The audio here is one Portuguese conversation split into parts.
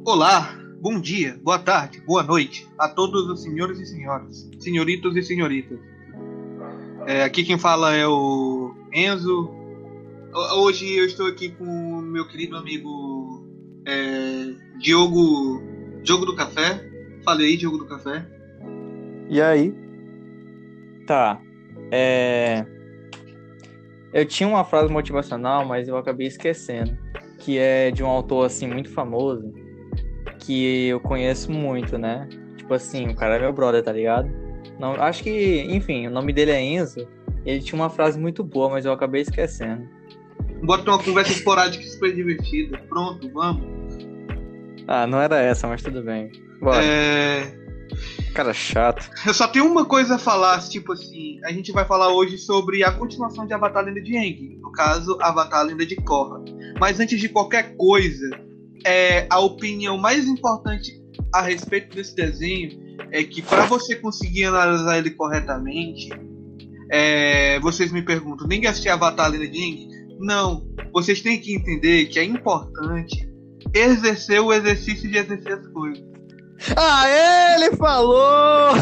Olá, bom dia, boa tarde, boa noite a todos os senhores e senhoras, senhoritos e senhoritas. Aqui quem fala é o Enzo. Hoje eu estou aqui com o meu querido amigo Diogo do Café. Fala aí, Diogo do Café. E aí? Tá. Eu tinha uma frase motivacional, mas eu acabei esquecendo. Que é de um autor, assim, muito famoso. Que eu conheço muito, né? Tipo assim, o cara é meu brother, tá ligado? Não, acho que, enfim, o nome dele é Enzo. Ele tinha uma frase muito boa, mas eu acabei esquecendo. Bora ter uma conversa esporádica super divertida. Pronto, vamos. Ah, não era essa, mas tudo bem. Bora. Cara chato. Eu só tenho uma coisa a falar, tipo assim, a gente vai falar hoje sobre a continuação de Avatar: Lenda de Aang, no caso, Avatar: Lenda de Korra. Mas antes de qualquer coisa, a opinião mais importante a respeito desse desenho é que para você conseguir analisar ele corretamente, vocês me perguntam, nem assistir Avatar: Lenda de Aang? Não, vocês têm que entender que é importante exercer o exercício de exercer as coisas. Ah, ele falou!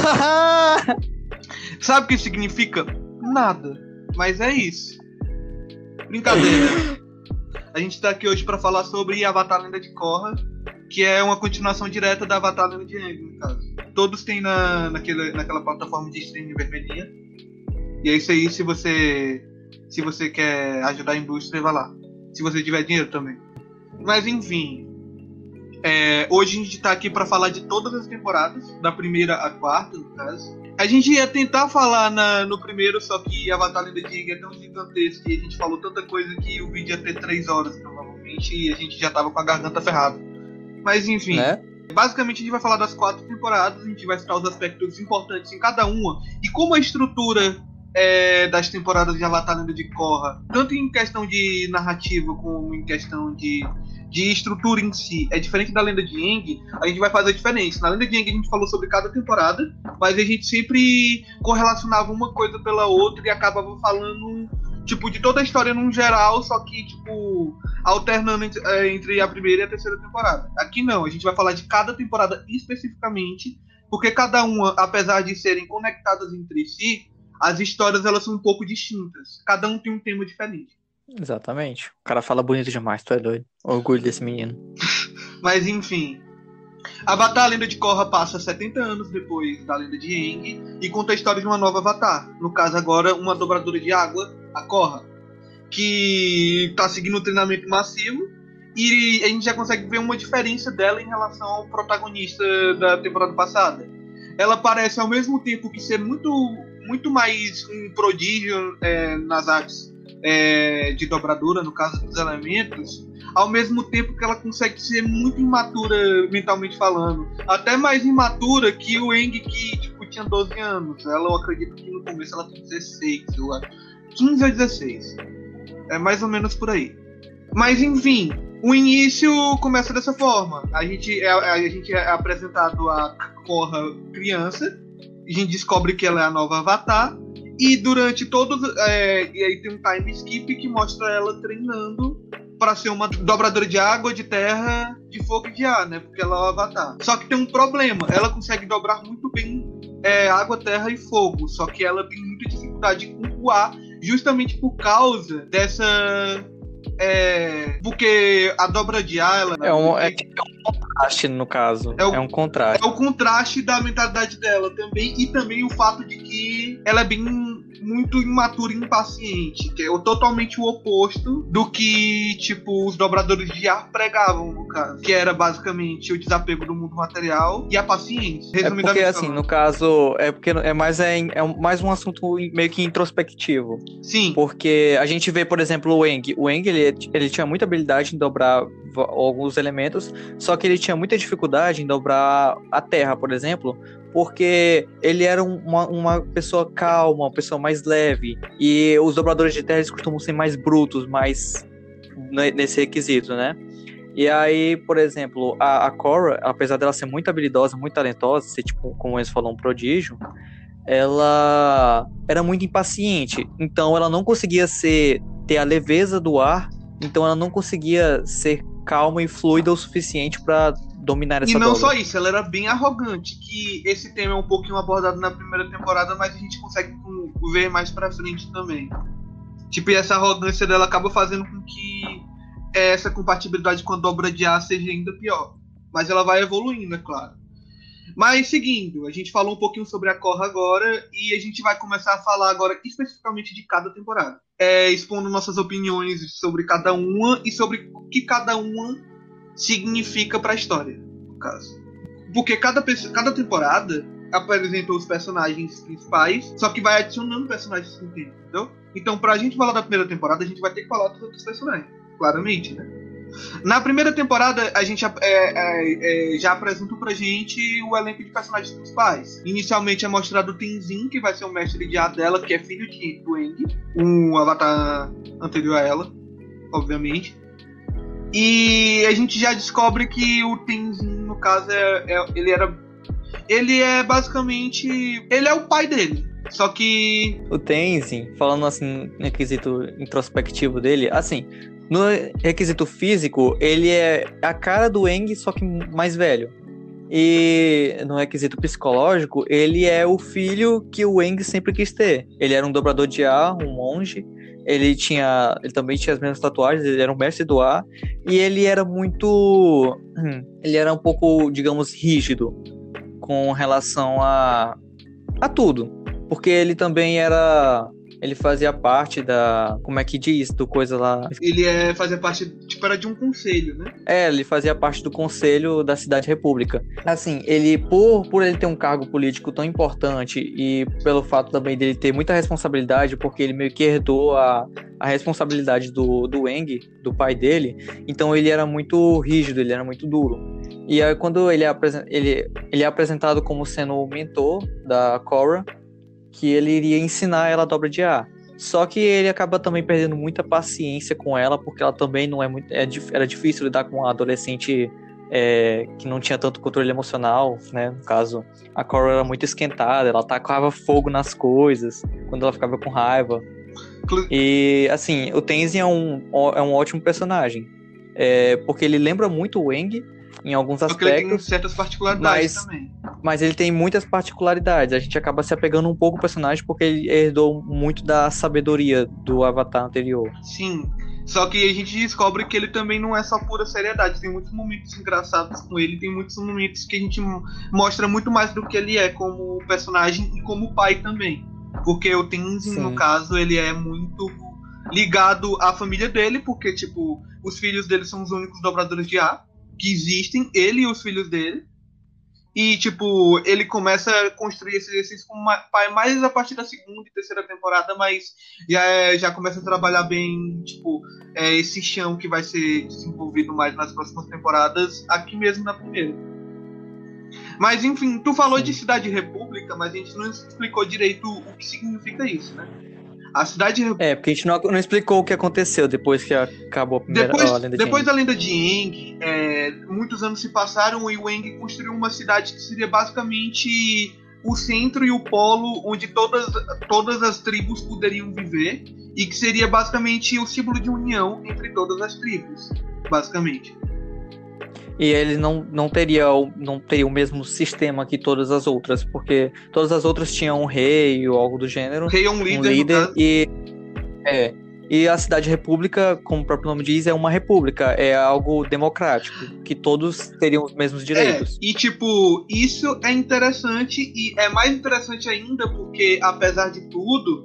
Sabe o que significa? Nada. Mas é isso. Brincadeira. A gente tá aqui hoje pra falar sobre Avatar: Lenda de Korra, que é uma continuação direta da Avatar: Lenda de Aang, no caso. Todos têm naquela plataforma de streaming vermelhinha. E é isso aí, se você quer ajudar a indústria, vai lá. Se você tiver dinheiro também. Mas enfim... hoje a gente tá aqui pra falar de todas as temporadas, da primeira à quarta, no caso. A gente ia tentar falar no primeiro, só que Avatar: Lenda de Aang é tão gigantesco e a gente falou tanta coisa que o vídeo ia ter 3 horas, provavelmente, e a gente já tava com a garganta ferrada. Mas enfim, né? Basicamente a gente vai falar das 4 temporadas, a gente vai citar os aspectos importantes em cada uma, e como a estrutura das temporadas de Avatar: Lenda de Korra, tanto em questão de narrativa como em questão de estrutura em si, é diferente da Lenda de Aang, a gente vai fazer a diferença. Na Lenda de Aang a gente falou sobre cada temporada, mas a gente sempre correlacionava uma coisa pela outra e acabava falando, tipo, de toda a história num geral, só que, tipo, alternando entre a primeira e a terceira temporada. Aqui não, a gente vai falar de cada temporada especificamente, porque cada uma, apesar de serem conectadas entre si, as histórias elas são um pouco distintas. Cada um tem um tema diferente. Exatamente. O cara fala bonito demais, tu é doido. Orgulho desse menino. Mas enfim, Avatar: Lenda de Korra passa 70 anos depois da Lenda de Aang e conta a história de uma nova Avatar. No caso agora, uma dobradora de água, a Korra, que tá seguindo um treinamento massivo, e a gente já consegue ver uma diferença dela em relação ao protagonista da temporada passada. Ela parece ao mesmo tempo que ser muito mais um prodígio nas artes de dobradura, no caso dos elementos, ao mesmo tempo que ela consegue ser muito imatura mentalmente falando, até mais imatura que o Aang, que tipo, tinha 12 anos. Eu acredito que no começo ela tem 16, eu acho, 15 ou 16, é mais ou menos por aí. Mas enfim, o início começa dessa forma. A gente é apresentado a Korra criança, a gente descobre que ela é a nova Avatar, e durante todos... e aí tem um time skip que mostra ela treinando para ser uma dobradora de água, de terra, de fogo e de ar, né? Porque ela é o Avatar. Só que tem um problema. Ela consegue dobrar muito bem água, terra e fogo. Só que ela tem muita dificuldade com o ar, justamente por causa dessa... porque a dobra de ar... Ela, é um contraste, no caso. É um contraste. É o contraste da mentalidade dela também. E também o fato de que ela é muito imatura e impaciente, que é totalmente o oposto do que, tipo, os dobradores de ar pregavam, no caso, que era basicamente o desapego do mundo material e a paciência. Porque, assim, no caso, porque é mais um assunto meio que introspectivo. Sim. Porque a gente vê, por exemplo, o Aang. O Aang, ele tinha muita habilidade em dobrar alguns elementos, só que ele tinha muita dificuldade em dobrar a terra, por exemplo, porque ele era uma pessoa calma, uma pessoa mais leve, e os dobradores de terra eles costumam ser mais brutos, mais nesse requisito, né? E aí, por exemplo, a Korra, apesar dela ser muito habilidosa, muito talentosa, ser, tipo, como eles falam, um prodígio, ela era muito impaciente, então ela não conseguia ter a leveza do ar, então ela não conseguia ser calma e fluida o suficiente para dominar E essa não dobra. só isso, ela era bem arrogante, que esse tema é um pouquinho abordado na primeira temporada, mas a gente consegue ver mais pra frente também. Tipo, e essa arrogância dela acaba fazendo com que essa compatibilidade com a dobra de A seja ainda pior. Mas ela vai evoluindo, é claro. Mas seguindo, a gente falou um pouquinho sobre a Korra agora e a gente vai começar a falar agora especificamente de cada temporada. Expondo nossas opiniões sobre cada uma e sobre o que cada uma significa para a história, no caso. Porque cada temporada apresentou os personagens principais, só que vai adicionando personagens no tempo, entendeu? Então, pra gente falar da primeira temporada, a gente vai ter que falar dos outros personagens, claramente, né? Na primeira temporada, a gente já apresentou pra gente o elenco de personagens principais. Inicialmente é mostrado o Tenzin, que vai ser o mestre de ar dela, que é filho do Aang, um avatar anterior a ela, obviamente. E a gente já descobre que o Tenzin, no caso, ele é basicamente... Ele é o pai dele. Só que... O Tenzin, falando assim no quesito introspectivo dele, assim, no requisito físico, ele é a cara do Aang, só que mais velho. E no requisito psicológico, ele é o filho que o Aang sempre quis ter. Ele era um dobrador de ar, um monge. Ele também tinha as mesmas tatuagens, ele era um mestre do ar. E ele era ele era um pouco, digamos, rígido com relação a tudo. Porque ele também ele fazia parte como é que diz? Do coisa lá. Ele fazia parte, tipo, era de um conselho, né? Ele fazia parte do conselho da Cidade República. Assim, ele, por ele ter um cargo político tão importante e pelo fato também dele ter muita responsabilidade, porque ele meio que herdou a responsabilidade do Aang, do pai dele, então ele era muito rígido, ele era muito duro. E aí quando ele é apresentado como sendo o mentor da Korra, que ele iria ensinar ela a dobra de ar. Só que ele acaba também perdendo muita paciência com ela, porque ela também não é muito... Era difícil lidar com uma adolescente que não tinha tanto controle emocional, né? No caso, a Korra era muito esquentada, ela tacava fogo nas coisas quando ela ficava com raiva. E, assim, o Tenzin é um ótimo personagem, porque ele lembra muito o Aang em alguns aspectos. Porque ele tem certas particularidades também. Mas ele tem muitas particularidades. A gente acaba se apegando um pouco ao personagem porque ele herdou muito da sabedoria do Avatar anterior. Sim. Só que a gente descobre que ele também não é só pura seriedade. Tem muitos momentos engraçados com ele. Tem muitos momentos que a gente mostra muito mais do que ele é como personagem e como pai também. Porque o Tenzin, no caso, ele é muito ligado à família dele. Porque, tipo, os filhos dele são os únicos dobradores de ar que existem. Ele e os filhos dele. E, tipo, ele começa a construir esse exercício como pai mais a partir da segunda e terceira temporada, mas já começa a trabalhar bem, tipo, esse chão que vai ser desenvolvido mais nas próximas temporadas, aqui mesmo na primeira. Mas, enfim, tu falou de Cidade República, mas a gente não explicou direito o que significa isso, né? A Cidade República... porque a gente não explicou o que aconteceu depois que acabou a primeira lenda de Depois Aang. da lenda de Aang, muitos anos se passaram e o Aang construiu uma cidade que seria basicamente o centro e o polo onde todas as tribos poderiam viver e que seria basicamente o símbolo de união entre todas as tribos, basicamente. E ele não teria o mesmo sistema que todas as outras, porque todas as outras tinham um rei ou algo do gênero. Rei é um líder e a Cidade República, como o próprio nome diz, é uma república, é algo democrático, que todos teriam os mesmos direitos. E tipo, isso é interessante e é mais interessante ainda porque, apesar de tudo,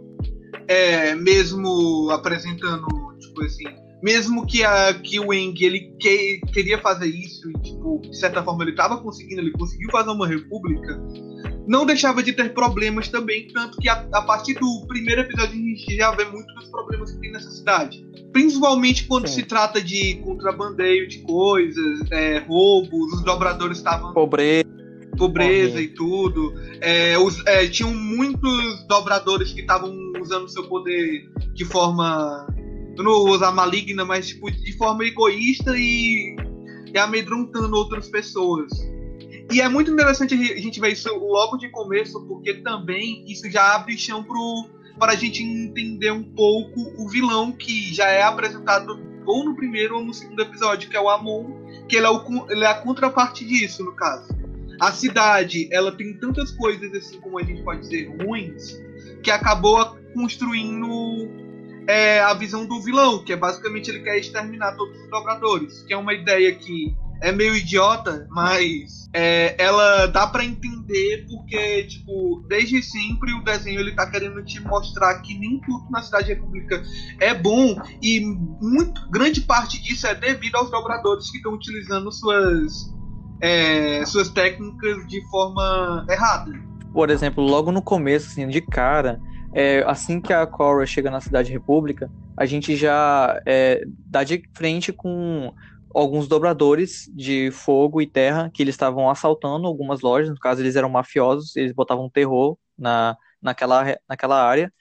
mesmo apresentando, tipo assim, mesmo que o Aang ele queria fazer isso e, tipo, de certa forma ele conseguiu fazer uma república, não deixava de ter problemas também, tanto que a partir do primeiro episódio a gente já vê muito dos problemas que tem nessa cidade. Principalmente quando se trata de contrabandeio de coisas, roubos, os dobradores estavam... Pobreza e tudo. Tinham muitos dobradores que estavam usando seu poder de forma... Eu não vou usar maligna, mas tipo, de forma egoísta e amedrontando outras pessoas. E é muito interessante a gente ver isso logo de começo, porque também isso já abre chão para a gente entender um pouco o vilão que já é apresentado ou no primeiro ou no segundo episódio, que é o Amon, que ele é a contraparte disso, no caso. A cidade, ela tem tantas coisas, assim, como a gente pode dizer, ruins, que acabou construindo a visão do vilão, que é basicamente ele quer exterminar todos os dobradores, que é uma ideia que é meio idiota, mas ela dá pra entender porque, tipo, desde sempre o desenho ele tá querendo te mostrar que nem tudo na Cidade República é bom, e grande parte disso é devido aos dobradores que estão utilizando suas técnicas de forma errada. Por exemplo, logo no começo, assim, de cara, assim que a Korra chega na Cidade República, a gente já dá de frente com alguns dobradores de fogo e terra que eles estavam assaltando algumas lojas. No caso, eles eram mafiosos, eles botavam terror naquela área.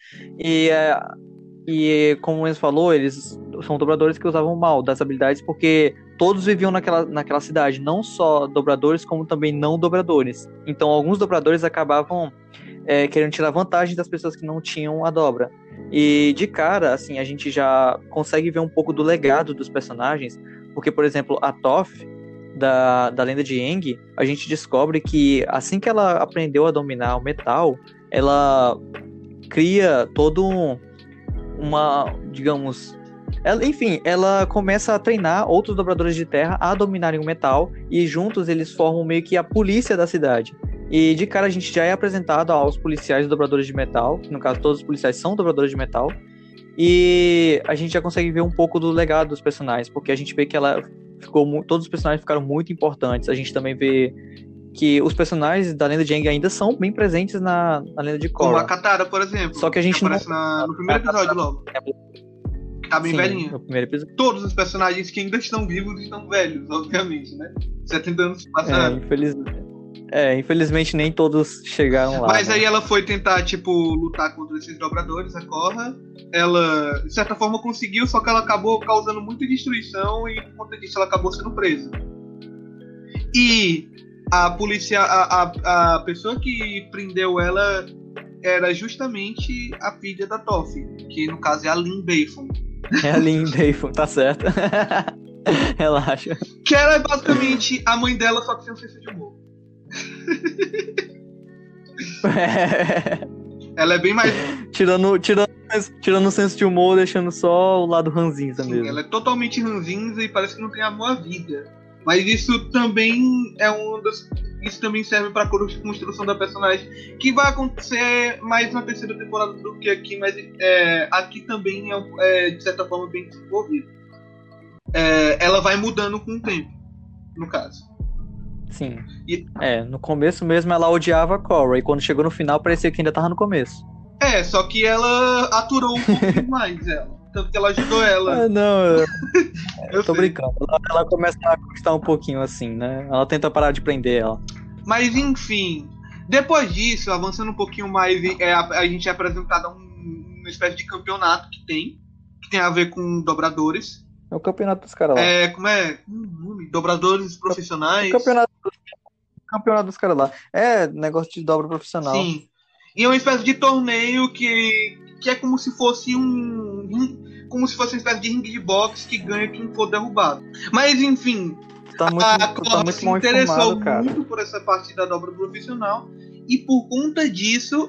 E como eles falou, eles são dobradores que usavam mal das habilidades, porque todos viviam naquela cidade, não só dobradores, como também não dobradores. Então, alguns dobradores acabavam querendo tirar vantagem das pessoas que não tinham a dobra. E de cara, assim, a gente já consegue ver um pouco do legado dos personagens, porque, por exemplo, a Toph, da lenda de Aang, a gente descobre que assim que ela aprendeu a dominar o metal, ela cria todo digamos... ela começa a treinar outros dobradores de terra a dominarem o metal, e juntos eles formam meio que a polícia da cidade. E de cara a gente já é apresentado aos policiais dobradores de metal, que no caso todos os policiais são dobradores de metal, e a gente já consegue ver um pouco do legado dos personagens, porque a gente vê que todos os personagens ficaram muito importantes. A gente também vê que os personagens da lenda de Aang ainda são bem presentes na lenda de Korra. Como a Katara, por exemplo. Só que a gente que aparece no primeiro episódio logo. Que tá bem velhinha. No primeiro episódio. Todos os personagens que ainda estão vivos estão velhos, obviamente, né? 70 anos passaram. Infelizmente nem todos chegaram lá. Mas né? aí ela foi tentar, tipo, lutar contra esses dobradores, a Korra. Ela, de certa forma, conseguiu, só que ela acabou causando muita destruição e por conta disso ela acabou sendo presa. E a polícia, a pessoa que prendeu ela era justamente a filha da Toph, que no caso é a Lin Beifong. É a Lin Beifong, tá certo. Relaxa. Que era basicamente a mãe dela, só que sem um senso de humor. Ela é bem mais... Tirando o senso de humor, deixando só o lado ranzinza. Sim, mesmo. Ela é totalmente ranzinza e parece que não tem amor à vida. Mas isso também isso também serve para a construção da personagem, que vai acontecer mais na terceira temporada do que aqui, mas aqui também é de certa forma bem desenvolvido. Ela vai mudando com o tempo, no caso. Sim. No começo mesmo ela odiava a Korra, e quando chegou no final parecia que ainda tava no começo. Só que ela aturou um pouquinho mais ela. Tanto que ela ajudou ela. Eu tô brincando. Ela começa a custar um pouquinho assim, né? Ela tenta parar de prender ela. Mas enfim, depois disso, avançando um pouquinho mais, a gente é apresentado uma espécie de campeonato que tem a ver com dobradores. É o campeonato dos caras lá. Como é? Dobradores profissionais. Campeonato dos caras lá. Negócio de dobra profissional. Sim. E é uma espécie de torneio que é como se fosse uma espécie de ringue de boxe que ganha quem for derrubado. Mas enfim, a Korra se interessou muito por essa parte da dobra profissional, e por conta disso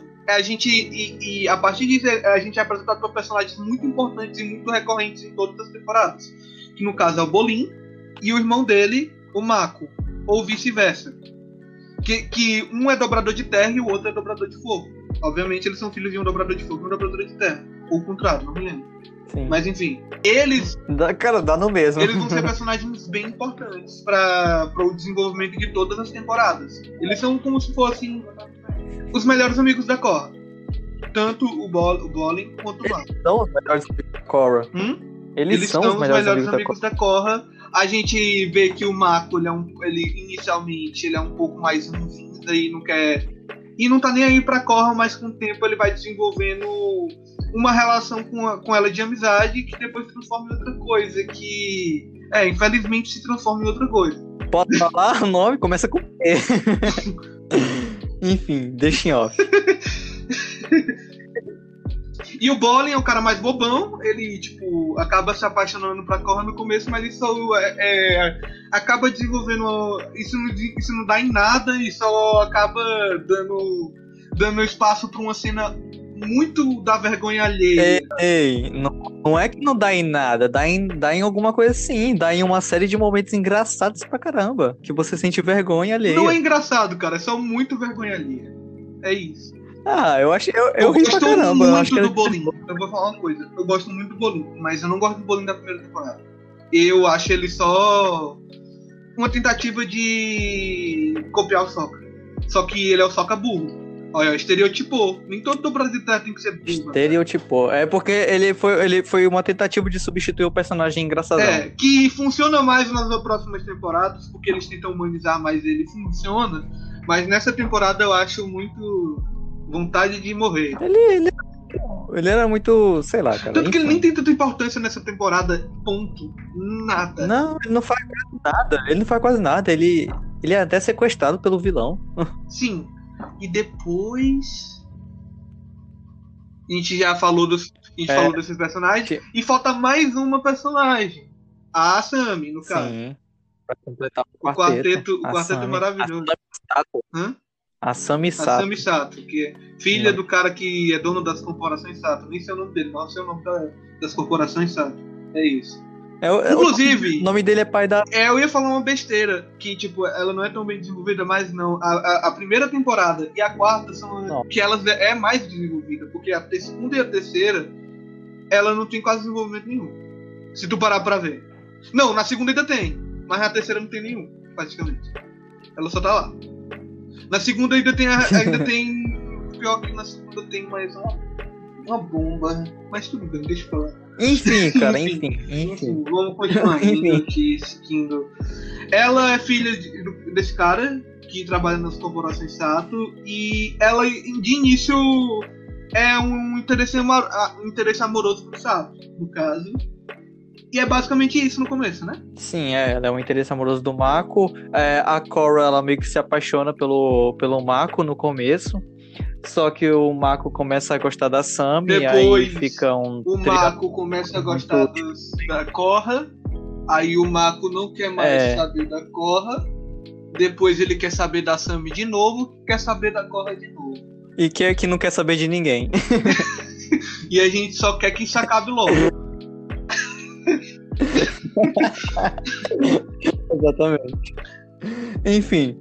a partir disso a gente é apresentado por personagens muito importantes e muito recorrentes em todas as temporadas, que no caso é o Bolin e o irmão dele, o Mako, ou vice-versa, que um é dobrador de terra e o outro é dobrador de fogo. Obviamente eles são filhos de um dobrador de fogo e um dobrador de terra, ou o contrário, não me lembro. Sim. Mas enfim, eles dá no mesmo. Eles vão ser personagens bem importantes para o desenvolvimento de todas as temporadas. Eles são como se fossem os melhores amigos da Korra. Tanto o Bolin quanto o Mako. Eles são os melhores amigos da Korra. Eles são os melhores amigos da Korra. A gente vê que o Mako, inicialmente, ele é um pouco mais ranzinza e não quer... E não tá nem aí pra Korra, mas com o tempo ele vai desenvolvendo uma relação com ela de amizade, que depois se transforma em outra coisa, que... infelizmente se transforma em outra coisa. Pode falar o nome? Começa com P. Enfim, deixa em off. E o Bolin é o cara mais bobão, ele, tipo, acaba se apaixonando pra Korra no começo, mas isso acaba desenvolvendo. Isso não dá em nada e só acaba dando espaço pra uma cena muito da vergonha alheia. Ei, não é que não dá em nada, dá em alguma coisa sim, dá em uma série de momentos engraçados pra caramba, que você sente vergonha alheia. Não é engraçado, cara, é só muito vergonha alheia. É isso. Eu ri pra caramba. Eu gosto muito do Bolin. Eu vou falar uma coisa. Eu gosto muito do Bolin, mas eu não gosto do Bolin da primeira temporada. Eu acho ele só uma tentativa de copiar o Sokka. Só que ele é o Sokka burro. Olha, estereotipou. Nem todo do Brasil tem que ser burro. Estereotipou. É porque ele foi uma tentativa de substituir o personagem engraçadão. Que funciona mais nas próximas temporadas, porque eles tentam humanizar mais ele. Funciona. Mas nessa temporada eu acho muito vontade de morrer. Ele era muito, sei lá, cara. Tanto que ele nem tem tanta importância nessa temporada, ponto. Nada. Não, ele não faz quase nada. Ele não faz quase nada. Ele é até sequestrado pelo vilão. Sim. E depois a gente já falou falou desses personagens. E falta mais uma personagem. A Asami, no caso. Sim. Pra completar o quarteto é maravilhoso. A Sami Sato. A Sami Sato, que é filha do cara que é dono das corporações Sato. Nem sei o nome dele, mas sei o nome das corporações Sato. É isso. Inclusive, o nome dele é pai da... eu ia falar uma besteira, que tipo, ela não é tão bem desenvolvida, mas não. A primeira temporada e a quarta são que elas é mais desenvolvida, porque a segunda e a terceira, ela não tem quase desenvolvimento nenhum. Se tu parar pra ver. Não, na segunda ainda tem, mas na terceira não tem nenhum, praticamente. Ela só tá lá. Na segunda ainda tem pior que na segunda tem mais uma bomba, mas tudo bem, deixa eu falar. Enfim, cara, enfim. Vamos continuar seguindo. Ela é filha desse cara que trabalha nas corporações Sato e ela de início é um interesse amoroso pro Sato, no caso. E é basicamente isso no começo, né? Sim, ela é um interesse amoroso do Mako. A Korra, ela meio que se apaixona pelo Mako no começo. Só que o Mako começa a gostar da Sami. Depois, aí fica o Mako começa a gostar da Korra. Aí o Mako não quer mais saber da Korra. Depois ele quer saber da Sami de novo. Quer saber da Korra de novo. E que não quer saber de ninguém. E a gente só quer que isso acabe logo. Exatamente. Enfim,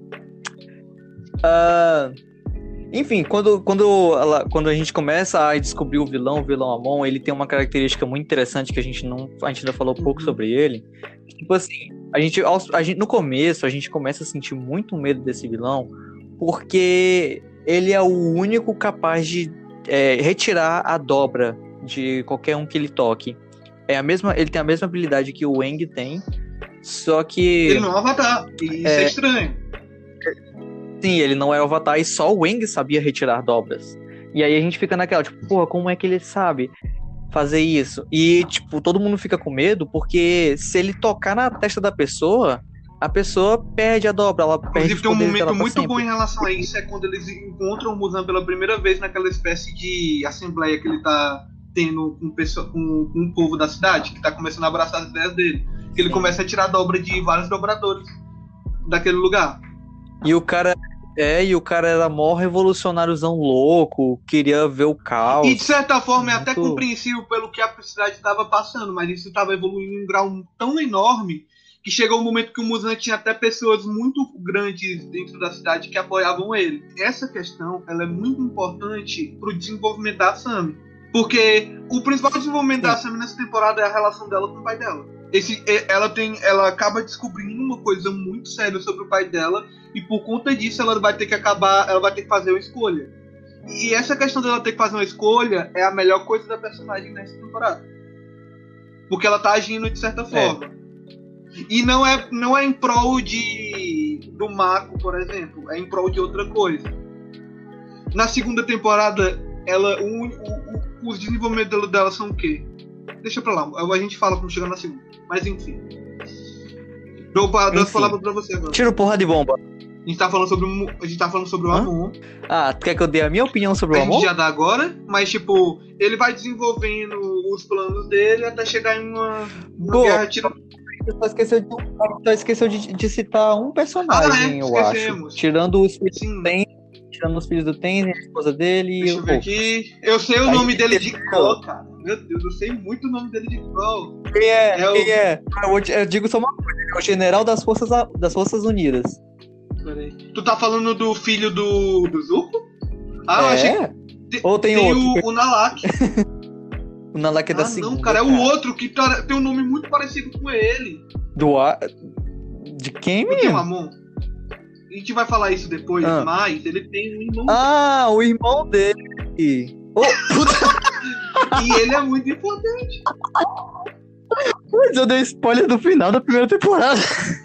quando a gente começa a descobrir o vilão Amon, ele tem uma característica muito interessante que a gente ainda falou pouco sobre ele. Tipo assim, a gente no começo a gente começa a sentir muito medo desse vilão porque ele é o único capaz de retirar a dobra de qualquer um que ele toque. Ele tem a mesma habilidade que o Aang tem, só que... Ele não é o Avatar, e isso é estranho. Sim, ele não é o Avatar e só o Aang sabia retirar dobras. E aí a gente fica naquela, tipo, porra, como é que ele sabe fazer isso? E, tipo, todo mundo fica com medo, porque se ele tocar na testa da pessoa, a pessoa perde a dobra, ela perde. Inclusive tem um momento muito bom em relação a isso, é quando eles encontram o Muzan pela primeira vez naquela espécie de assembleia que ele tá tendo com o povo da cidade, que tá começando a abraçar as ideias dele. Que ele começa a tirar dobra de vários dobradores daquele lugar. E o cara era mó revolucionáriozão louco, queria ver o caos. E de certa forma é até compreensível pelo que a cidade estava passando, mas isso estava evoluindo em um grau tão enorme que chegou um momento que o Muzan tinha até pessoas muito grandes dentro da cidade que apoiavam ele. Essa questão ela é muito importante para o desenvolvimento da Sami. Porque o principal desenvolvimento da Sami nessa temporada é a relação dela com o pai dela. Ela acaba descobrindo uma coisa muito séria sobre o pai dela e por conta disso ela vai ter que fazer uma escolha. E essa questão dela ter que fazer uma escolha é a melhor coisa da personagem nessa temporada. Porque ela tá agindo de certa forma. E não é em prol do Mako, por exemplo, é em prol de outra coisa. Na segunda temporada os desenvolvimentos dela são o quê? Deixa pra lá, a gente fala quando chegar na segunda. Mas enfim. Dou as palavras pra você agora. Tiro porra de bomba. A gente tá falando sobre o Amon. Ah, tu quer que eu dê a minha opinião sobre o A Amon? gente já dá agora, mas tipo, ele vai desenvolvendo os planos dele até chegar em uma guerra tirando. Só esqueceu de citar um personagem, eu esquecemos. acho. Tirando os filhos do Tenzin, a esposa dele. Deixa eu ver aqui. Eu sei o nome dele de cor, cara. Meu Deus, eu sei muito o nome dele de cor. Quem é? Eu digo só uma coisa, é o general das Forças Unidas. Peraí. Tu tá falando do filho do Zuko? Ah, eu achei que Ou tem outro? O Nalak. O Nalak é da segunda. Não, cara, é o outro que tem um nome muito parecido com ele. De quem, menino? mesmo? Amon. A gente vai falar isso depois, mas ele tem um irmão. Ah, o irmão dele. Oh, puta. E ele é muito importante. Mas eu dei spoiler do final da primeira temporada.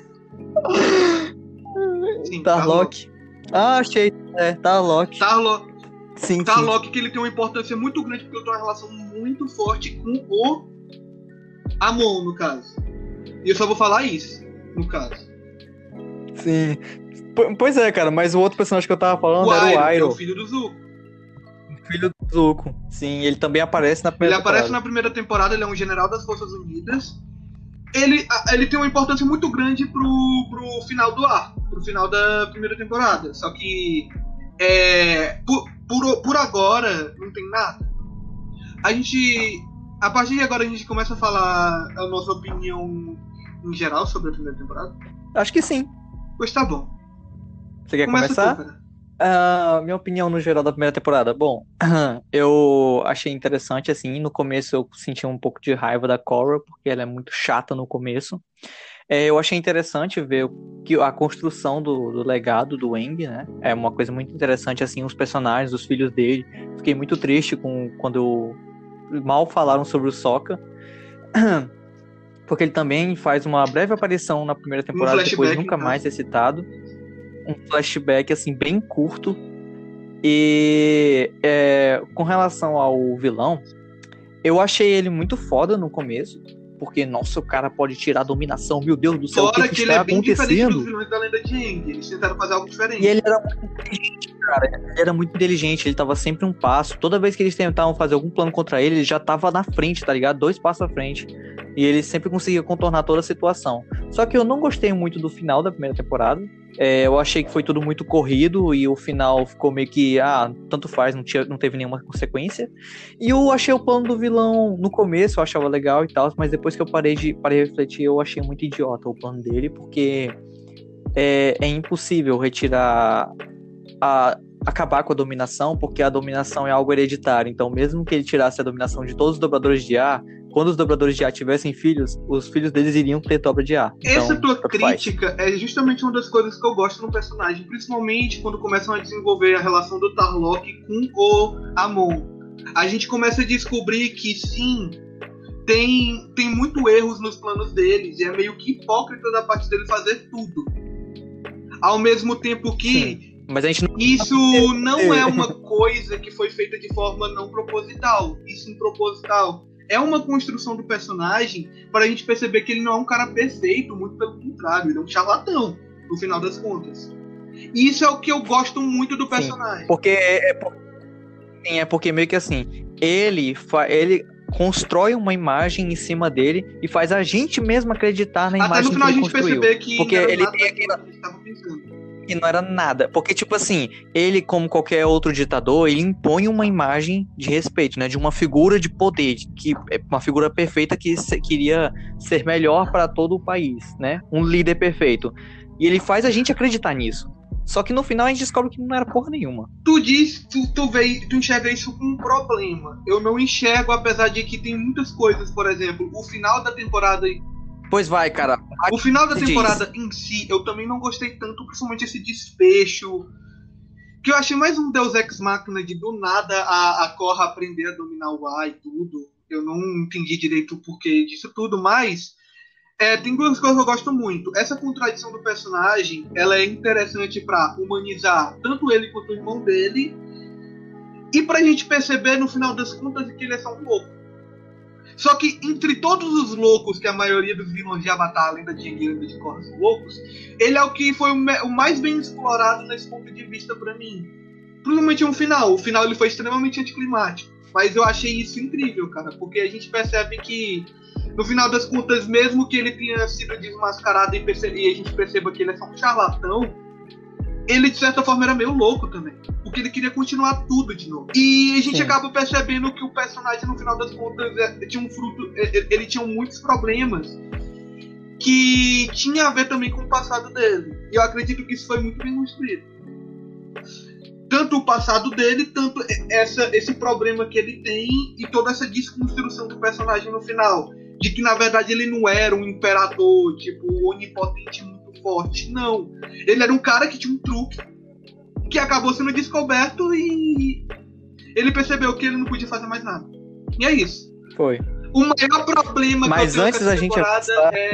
Sim, Tarlok. Ah, achei. Tarlok. Sim, Tarlok, que ele tem uma importância muito grande, porque ele tem uma relação muito forte com o Amon, no caso. E eu só vou falar isso, no caso. Sim. Pois é, cara, mas o outro personagem que eu tava falando era o Iroh. É o filho do Zuko. Filho do Zuko. Sim, ele também aparece na primeira temporada. Ele aparece na primeira temporada, ele é um general das Forças Unidas. Ele tem uma importância muito grande pro final do arco, pro final da primeira temporada. Só que por agora não tem nada. A partir de agora a gente começa a falar a nossa opinião em geral sobre a primeira temporada? Acho que sim. Pois tá bom. Você quer começar? Minha opinião no geral da primeira temporada. Bom, eu achei interessante, assim, no começo eu senti um pouco de raiva da Korra, porque ela é muito chata no começo. Eu achei interessante ver a construção do legado do Aang, né? É uma coisa muito interessante, assim, os personagens, os filhos dele. Fiquei muito triste quando mal falaram sobre o Sokka, porque ele também faz uma breve aparição na primeira temporada, depois nunca mais é citado. Um flashback, assim, bem curto. E com relação ao vilão, eu achei ele muito foda no começo, porque, nossa, o cara pode tirar a dominação, meu Deus do céu, fora o que ele está é bem acontecendo? Diferente dos vilões da lenda de Aang. Eles tentaram fazer algo diferente. E ele era muito inteligente, cara. Ele era muito inteligente, ele tava sempre um passo. Toda vez que eles tentavam fazer algum plano contra ele já tava na frente, tá ligado? 2 passos à frente. E ele sempre conseguia contornar toda a situação. Só que eu não gostei muito do final da primeira temporada. Eu achei que foi tudo muito corrido e o final ficou meio que, tanto faz, não teve nenhuma consequência. E eu achei o plano do vilão no começo, eu achava legal e tal, mas depois que eu parei de refletir, eu achei muito idiota o plano dele, porque é impossível retirar acabar com a dominação, porque a dominação é algo hereditário. Então, mesmo que ele tirasse a dominação de todos os dobradores de ar, quando os dobradores de ar tivessem filhos, os filhos deles iriam ter dobra de ar. Essa tua crítica é justamente uma das coisas que eu gosto no personagem, principalmente quando começam a desenvolver a relação do Tarlok com o Amon. A gente começa a descobrir que sim, tem muito erros nos planos deles, e é meio que hipócrita da parte dele fazer tudo. Ao mesmo tempo que sim, mas a gente isso não é uma coisa que foi feita de forma não proposital, isso improposital. É uma construção do personagem para a gente perceber que ele não é um cara perfeito, muito pelo contrário, ele é um charlatão, no final das contas. E isso é o que eu gosto muito do personagem. Sim, porque meio que assim, ele constrói uma imagem em cima dele e faz a gente mesmo acreditar na imagem que ele construiu. Até no final a gente perceber que porque ele tem aquilo que a gente estava pensando. E não era nada, porque tipo assim, ele, como qualquer outro ditador, ele impõe uma imagem de respeito, né, de uma figura de poder, que é uma figura perfeita que queria ser melhor para todo o país, né, um líder perfeito, e ele faz a gente acreditar nisso. Só que no final a gente descobre que não era porra nenhuma. Tu enxerga isso como um problema. Eu não enxergo, apesar de que tem muitas coisas, por exemplo, o final da temporada. Pois vai, cara. O final da temporada em si, eu também não gostei tanto, principalmente esse desfecho. Que eu achei mais um Deus Ex Machina de do nada a Korra aprender a dominar o ar e tudo. Eu não entendi direito o porquê disso tudo, mas tem 2 coisas que eu gosto muito. Essa contradição do personagem, ela é interessante pra humanizar tanto ele quanto o irmão dele, e pra gente perceber no final das contas que ele é só um louco. Só que entre todos os loucos, que a maioria dos vilões de Avatar, a Lenda de Aang e a Lenda de Korra são loucos, ele é o que foi o mais bem explorado nesse ponto de vista pra mim. Provavelmente o final ele foi extremamente anticlimático, mas eu achei isso incrível, cara, porque a gente percebe que no final das contas, mesmo que ele tenha sido desmascarado e a gente perceba que ele é só um charlatão, ele de certa forma era meio louco também, porque ele queria continuar tudo de novo. E a gente acaba percebendo que o personagem no final das contas tinha um fruto, ele tinha muitos problemas que tinha a ver também com o passado dele. E eu acredito que isso foi muito bem construído. Tanto o passado dele, tanto esse problema que ele tem e toda essa desconstrução do personagem no final. De que, na verdade, ele não era um imperador, tipo, onipotente muito forte. Não. Ele era um cara que tinha um truque que acabou sendo descoberto e ele percebeu que ele não podia fazer mais nada. E é isso. Foi. O maior problema que eu tenho com essa temporada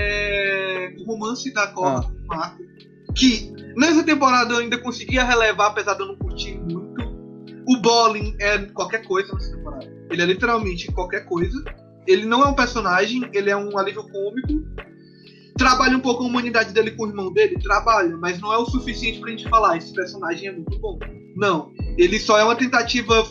é o romance da Korra com o Mako, que nessa temporada eu ainda conseguia relevar, apesar de eu não curtir muito. O Bolin é qualquer coisa nessa temporada. Ele é literalmente qualquer coisa. Ele não é um personagem, ele é um alívio cômico. Trabalha um pouco a humanidade dele com o irmão dele? Trabalha, mas não é o suficiente pra gente falar, esse personagem é muito bom. Não, ele só é uma tentativa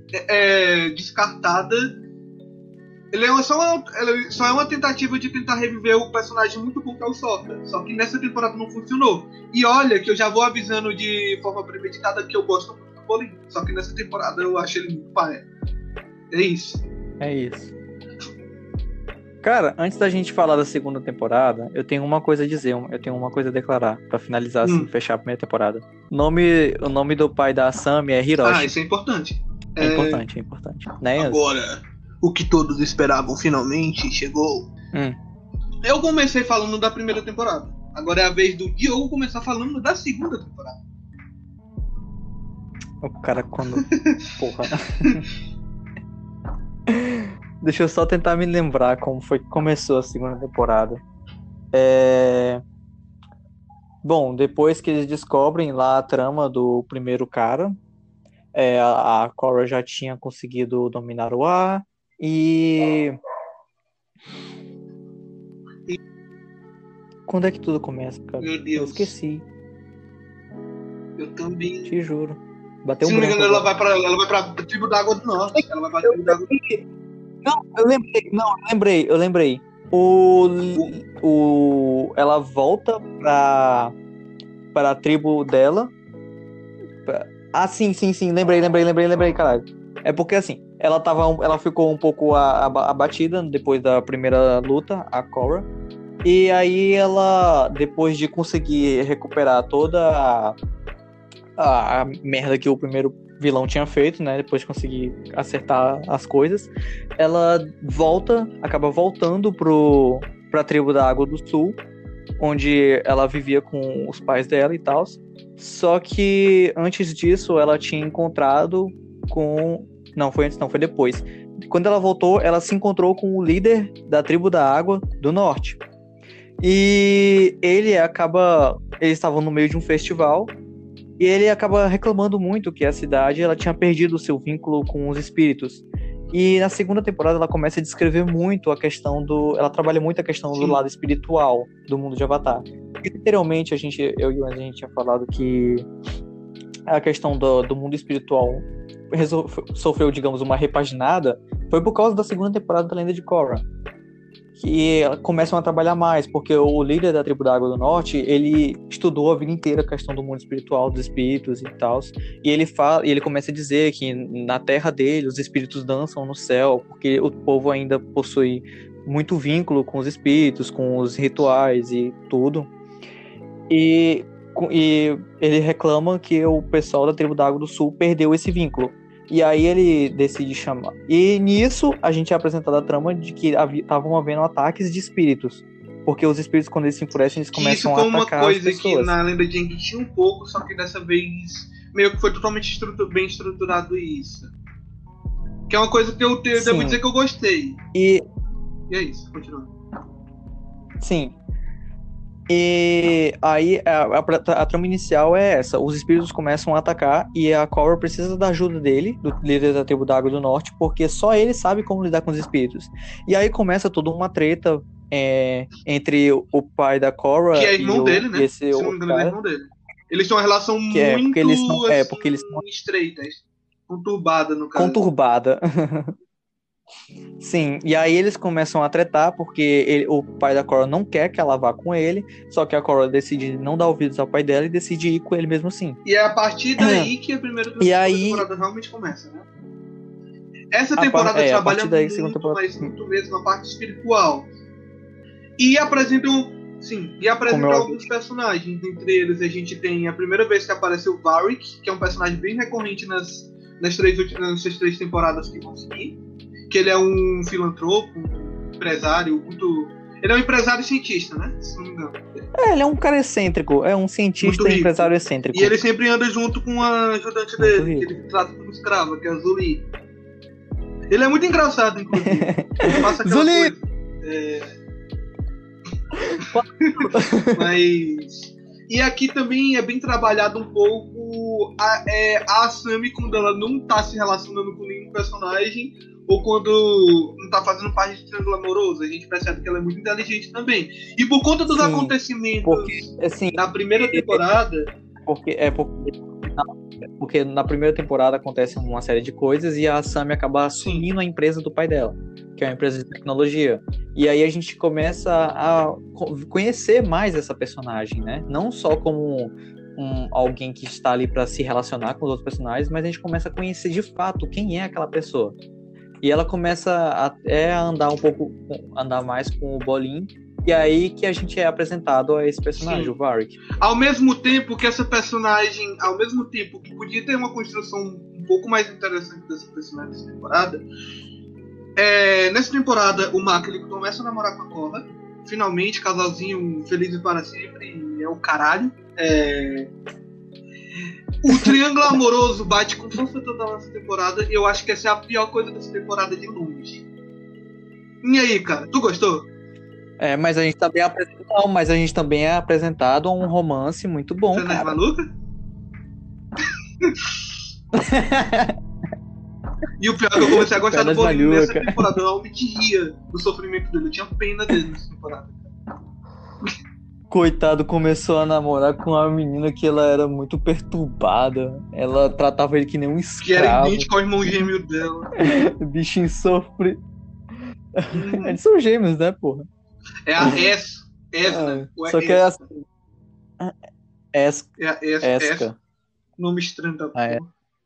descartada. Ele só é uma tentativa de tentar reviver o personagem muito bom que é o Sokka. Só que nessa temporada não funcionou. E olha que eu já vou avisando de forma premeditada que eu gosto muito do Bolin. Só que nessa temporada eu acho ele muito paia. É isso. É isso. Cara, antes da gente falar da segunda temporada, eu tenho uma coisa a dizer, eu tenho uma coisa a declarar pra finalizar, assim, fechar a primeira temporada. O nome do pai da Asami é Hiroshi. Ah, isso é importante. É importante. Né? Agora, o que todos esperavam finalmente chegou. Eu comecei falando da primeira temporada. Agora é a vez do Diogo começar falando da segunda temporada. O cara quando... Porra... Deixa eu só tentar me lembrar como foi que começou a segunda temporada. Bom, depois que eles descobrem lá a trama do primeiro cara, a Korra já tinha conseguido dominar o ar e... Quando é que tudo começa, cara? Meu Deus. Eu esqueci. Eu também. Te juro. Bateu Se um não me engano, branco. ela vai pra tribo da Água do Norte. Ela vai pra tribo da Água do Norte. Não, eu lembrei. Ela volta pra tribo dela. Sim, lembrei, caralho. É porque assim, ela ficou um pouco abatida depois da primeira luta, a Korra. E aí ela, depois de conseguir recuperar toda a merda que o primeiro vilão tinha feito, né? Depois de conseguir acertar as coisas, ela acaba voltando pra tribo da Água do Sul, onde ela vivia com os pais dela e tal. Só que antes disso, ela tinha encontrado com... Não, foi antes não, foi depois. Quando ela voltou, ela se encontrou com o líder da tribo da Água do Norte. E eles estavam no meio de um festival. E ele acaba reclamando muito que a cidade ela tinha perdido o seu vínculo com os espíritos. E na segunda temporada ela começa a descrever muito a questão ela trabalha muito a questão do lado espiritual do mundo de Avatar. E, literalmente, eu e o André, a gente tinha falado que a questão do mundo espiritual sofreu, digamos, uma repaginada, foi por causa da segunda temporada da Lenda de Korra. Que começam a trabalhar mais, porque o líder da tribo da Água do Norte, ele estudou a vida inteira a questão do mundo espiritual, dos espíritos e tal, e ele começa a dizer que na terra dele os espíritos dançam no céu, porque o povo ainda possui muito vínculo com os espíritos, com os rituais e tudo, e ele reclama que o pessoal da tribo da Água do Sul perdeu esse vínculo. E aí ele decide chamar. E nisso a gente é apresentado a trama de que estavam havendo ataques de espíritos. Porque os espíritos, quando eles se enfurecem, eles começam a atacar as pessoas. Isso foi uma coisa que na Lenda de Aang tinha um pouco, só que dessa vez meio que foi totalmente bem estruturado isso. Que é uma coisa que eu devo dizer que eu gostei. E é isso, continua. Sim. E aí a trama inicial é essa: os espíritos começam a atacar e a Korra precisa da ajuda dele, do líder da tribo da Água do Norte, porque só ele sabe como lidar com os espíritos. E aí começa toda uma treta entre o pai da Korra Que é irmão dele, né? esse Se não me outro engano, ele é cara, irmão dele. Eles têm uma relação que é muito porque eles são estreita, conturbada, no caso. conturbada. Sim, e aí eles começam a tretar porque o pai da Korra não quer que ela vá com ele, só que a Korra decide não dar ouvidos ao pai dela e decide ir com ele mesmo assim. E é a partir daí que a primeira temporada realmente começa, né? Essa temporada trabalha muito mesmo a parte espiritual. E apresentam alguns personagens. Entre eles a gente tem a primeira vez que aparece o Varric, que é um personagem bem recorrente nessas três temporadas que vão seguir. Que ele é um filantropo, um empresário muito... Ele é um empresário cientista, né? Se não me engano. Ele é um cara excêntrico, é um cientista e empresário excêntrico. E ele sempre anda junto com a ajudante dele, que ele trata como escrava, que é a Zuli. Ele é muito engraçado, inclusive. Ele passa aquela Zuli! Mas... E aqui também é bem trabalhado um pouco a Asami quando ela não tá se relacionando com nenhum personagem ou quando não tá fazendo parte de triângulo amoroso. A gente percebe que ela é muito inteligente também. E por conta dos acontecimentos na primeira temporada... Porque na primeira temporada acontece uma série de coisas e a Asami acaba assumindo a empresa do pai dela, que é uma empresa de tecnologia. E aí a gente começa a conhecer mais essa personagem, né? Não só como alguém que está ali para se relacionar com os outros personagens, mas a gente começa a conhecer de fato quem é aquela pessoa. E ela começa até a andar mais com o Bolin. E aí que a gente é apresentado a esse personagem, o Varric. Ao mesmo tempo que essa personagem, que podia ter uma construção um pouco mais interessante dessa personagem dessa temporada, nessa temporada o Mako ele começa a namorar com a Korra, finalmente, casalzinho felizes para sempre, é o caralho. O triângulo amoroso bate com força toda nessa temporada e eu acho que essa é a pior coisa dessa temporada de longe. E aí, cara, tu gostou? Mas a gente também é apresentado a um romance muito bom, Você cara. Não é maluca? E o pior é que eu comecei a gostar do Bolinho nessa temporada. Eu realmente ria do sofrimento dele. Eu tinha pena dele nessa temporada. Coitado, começou a namorar com uma menina que ela era muito perturbada. Ela tratava ele que nem um escravo. Que era idêntico ao irmão gêmeo dela. O bichinho sofre. Eles são gêmeos, né, porra? É a Esca. Só que é assim. Esca. Nome estranho da porra.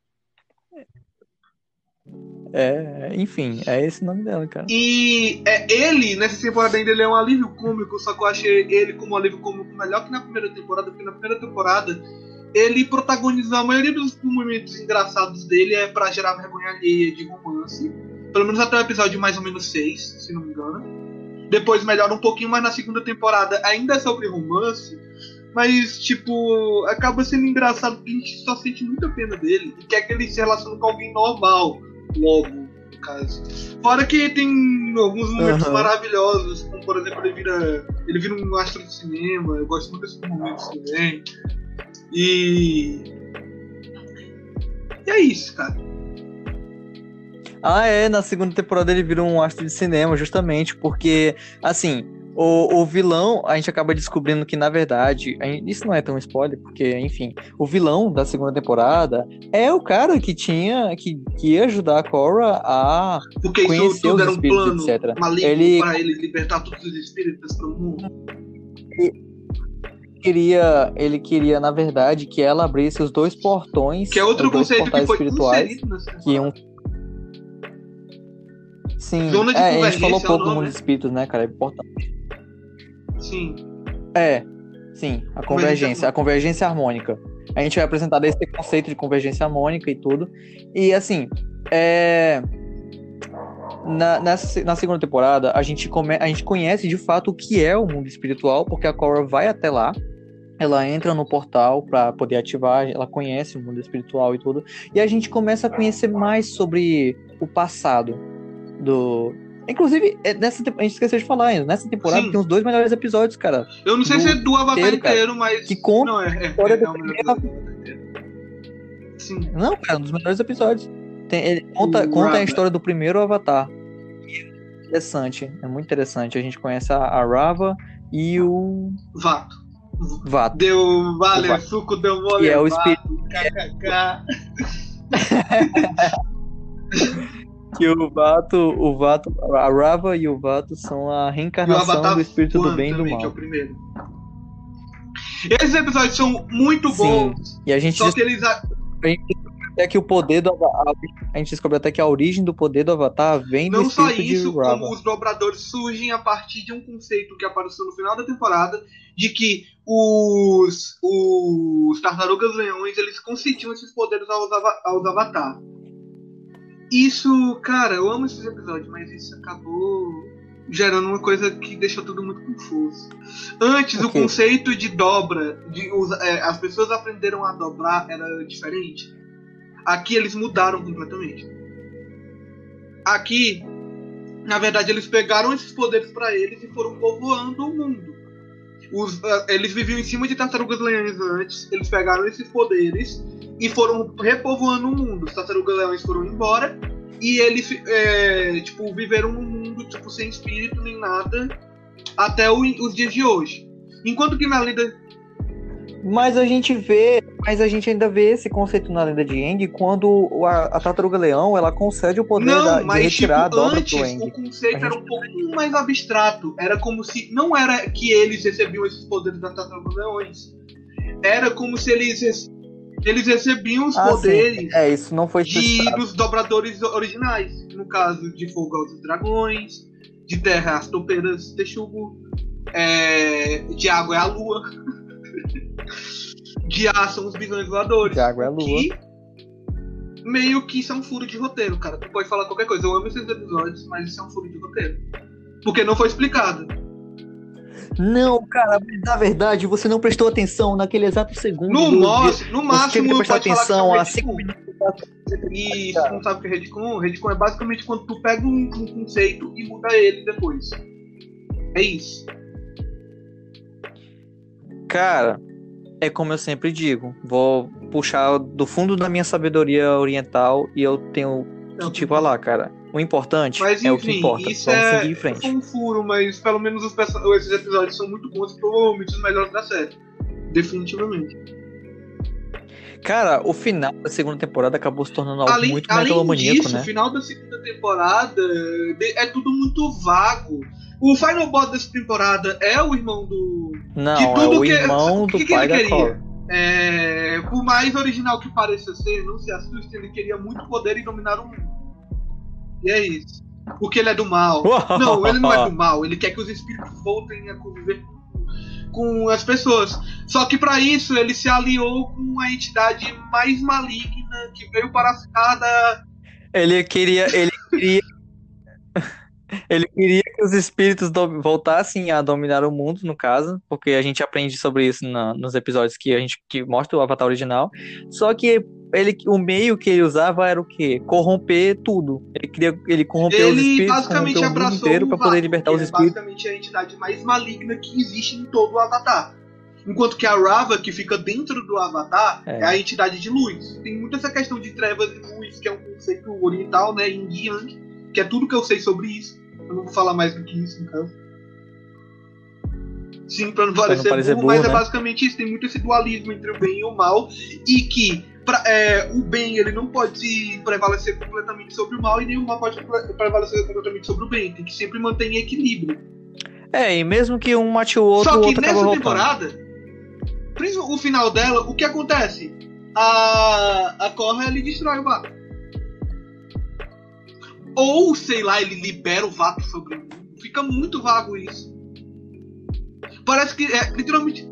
Enfim, é esse o nome dela, cara. E ele, nessa temporada ainda, ele é um alívio cômico, só que eu achei ele como um alívio cômico melhor que na primeira temporada, porque na primeira temporada ele protagonizou a maioria dos momentos engraçados dele pra gerar vergonha alheia de romance. Pelo menos até o episódio mais ou menos 6, se não me engano. Depois melhora um pouquinho, mas na segunda temporada ainda é sobre romance. Mas, tipo, acaba sendo engraçado porque a gente só sente muita pena dele. E quer que ele se relacione com alguém normal, logo, no caso. Fora que tem alguns momentos maravilhosos, como, por exemplo, ele vira um astro de cinema. Eu gosto muito desses momentos também. E é isso, cara. Na segunda temporada ele vira um astro de cinema, justamente porque, assim, o vilão, a gente acaba descobrindo que, na verdade, isso não é tão spoiler, porque, enfim, o vilão da segunda temporada é o cara que ia ajudar a Korra a porque conhecer isso tudo os era um espíritos, plano etc. maligno pra ele libertar todos os espíritos pro mundo. Ele queria, na verdade, que ela abrisse os dois portões, que é outro conceito que foi espirituais, que iam... Sim, a gente falou pouco do mundo dos espíritos, né, cara? É importante. Sim. Sim, a convergência harmônica. A gente vai apresentar esse conceito de convergência harmônica e tudo. E, assim, na segunda temporada, a gente conhece, de fato, o que é o mundo espiritual, porque a Korra vai até lá, ela entra no portal para poder ativar, ela conhece o mundo espiritual e tudo, e a gente começa a conhecer mais sobre o passado Inclusive, a gente esqueceu de falar ainda. Nessa temporada tem os 2 melhores episódios, cara. Eu não sei se é do Avatar inteiro, mas... Que conta não, a história do primeiro... Sim. Não, cara, um dos melhores episódios. Ele conta a história do primeiro Avatar. É muito interessante. A gente conhece a Rava e o... Vato. Deu... Vale, suco deu mole. E é o espírito. KKK. Que o Vato, a Rava e o Vato são a reencarnação do espírito do bem e do mal. Que é o primeiro. Esses episódios são muito bons. E a gente até que o poder do Avatar, a gente descobre até que a origem do poder do Avatar vem do espírito de Rava. Não só isso, como os dobradores surgem a partir de um conceito que apareceu no final da temporada, de que os tartarugas leões, eles concediam esses poderes aos Avatar. Isso, cara, eu amo esses episódios, mas isso acabou gerando uma coisa que deixou tudo muito confuso. Antes, o conceito de dobra, as pessoas aprenderam a dobrar, era diferente. Aqui eles mudaram completamente. Aqui, na verdade, eles pegaram esses poderes para eles e foram povoando o mundo. Eles viviam em cima de tartarugas leões antes, eles pegaram esses poderes e foram repovoando o mundo. Os tartarugas leões foram embora e eles viveram num mundo sem espírito nem nada até os dias de hoje. Enquanto que na lenda... Mas a gente ainda vê esse conceito na lenda de Aang quando a tartaruga leão ela concede o poder de retirar a dobra pro Aang. O conceito era um pouquinho mais abstrato. Era como se... Não era que eles recebiam esses poderes da tartaruga leões. Era como se eles recebiam os poderes isso não foi dos dobradores originais. No caso, de fogo aos dragões, de terra as topeiras Texugo, de água é a lua, de ar são os bisões voadores. De água é a lua. Que meio que isso é um furo de roteiro, cara. Tu pode falar qualquer coisa. Eu amo esses episódios, mas isso é um furo de roteiro. Porque não foi explicado. Não, cara, na verdade, você não prestou atenção naquele exato segundo. No máximo, eu prestar atenção a 5 minutos. E você não sabe o que é retcon? Retcon é basicamente quando tu pega um conceito e muda ele depois. É isso. Cara, é como eu sempre digo. Vou puxar do fundo da minha sabedoria oriental e eu tenho que te falar, cara. O importante é o que importa. Isso vamos seguir em frente. Foi um furo, mas pelo menos esses episódios são muito bons e provavelmente os melhores da série. Definitivamente. Cara, o final da segunda temporada acabou se tornando algo muito megalomaníaco, né? O final da segunda temporada é tudo muito vago. O final boss dessa temporada é o irmão do... Não, é o irmão do pai da Cora. Por mais original que pareça ser, não se assuste, ele queria muito poder e dominar o mundo. E é isso. Porque ele é do mal. Não, ele não é do mal. Ele quer que os espíritos voltem a conviver com as pessoas. Só que pra isso ele se aliou com a entidade mais maligna que veio para ficar da... Ele queria que os espíritos voltassem a dominar o mundo, no caso, porque a gente aprende sobre isso nos episódios que mostra o Avatar original. Só que o meio que ele usava era o quê? Corromper tudo. Ele corrompeu os espíritos, corrompeu o mundo inteiro para poder libertar os espíritos. Basicamente a entidade mais maligna que existe em todo o Avatar. Enquanto que a Rava, que fica dentro do Avatar, é a entidade de luz. Tem muito essa questão de trevas e luz, que é um conceito oriental, né, Yin e Yang, que é tudo que eu sei sobre isso. Eu não vou falar mais do que isso, no caso. Sim, pra não parecer burro, mas né? É basicamente isso. Tem muito esse dualismo entre o bem e o mal. E que o bem ele não pode prevalecer completamente sobre o mal, e nem o mal pode prevalecer completamente sobre o bem. Tem que sempre manter em equilíbrio. E mesmo que um mate o outro, só que o outro nessa temporada, o final dela, o que acontece? A Korra, ele destrói o Vato. Ou, sei lá, ele libera o Vato sobre o mundo. Fica muito vago isso. Parece que literalmente...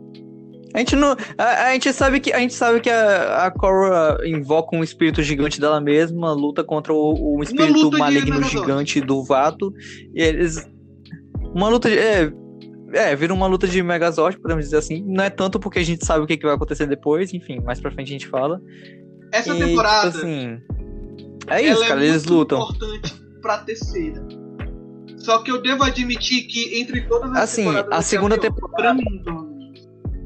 A gente sabe que a Korra invoca um espírito gigante dela mesma, luta contra o espírito maligno gigante do Vato. E eles... Uma luta de... vira uma luta de Megazord, podemos dizer assim. Não é tanto porque a gente sabe o que vai acontecer depois, enfim, mais pra frente a gente fala. Essa temporada... Tipo assim, é isso, cara, eles lutam. É importante pra terceira. Só que eu devo admitir que entre todas as Assim, temporadas... a segunda pior, temporada... Pra mim, pelo menos.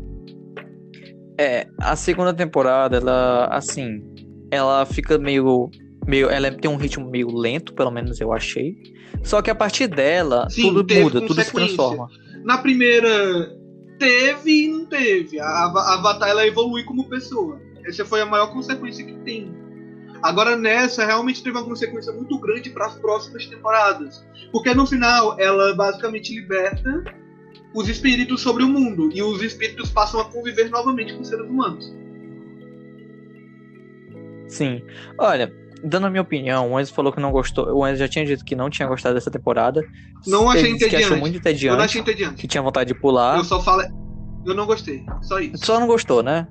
A segunda temporada, ela, assim, ela fica meio, ela tem um ritmo meio lento, pelo menos eu achei. Só que a partir dela, Sim, tudo teve muda, tudo se consequência. transforma. Na primeira, teve e não teve. A Avatar, ela evolui como pessoa. Essa foi a maior consequência que tem. Agora nessa, realmente teve uma consequência muito grande para as próximas temporadas. Porque no final, ela basicamente liberta os espíritos sobre o mundo. E os espíritos passam a conviver novamente com os seres humanos. Sim. Olha, dando a minha opinião, o Enzo falou que não gostou. O Enzo já tinha dito que não tinha gostado dessa temporada. Não achei Ele disse que achou entediante. muito Eu entediante. não achei entediante. Que tinha vontade de pular. Eu só falo... Eu não gostei. Só isso. Só não gostou, né?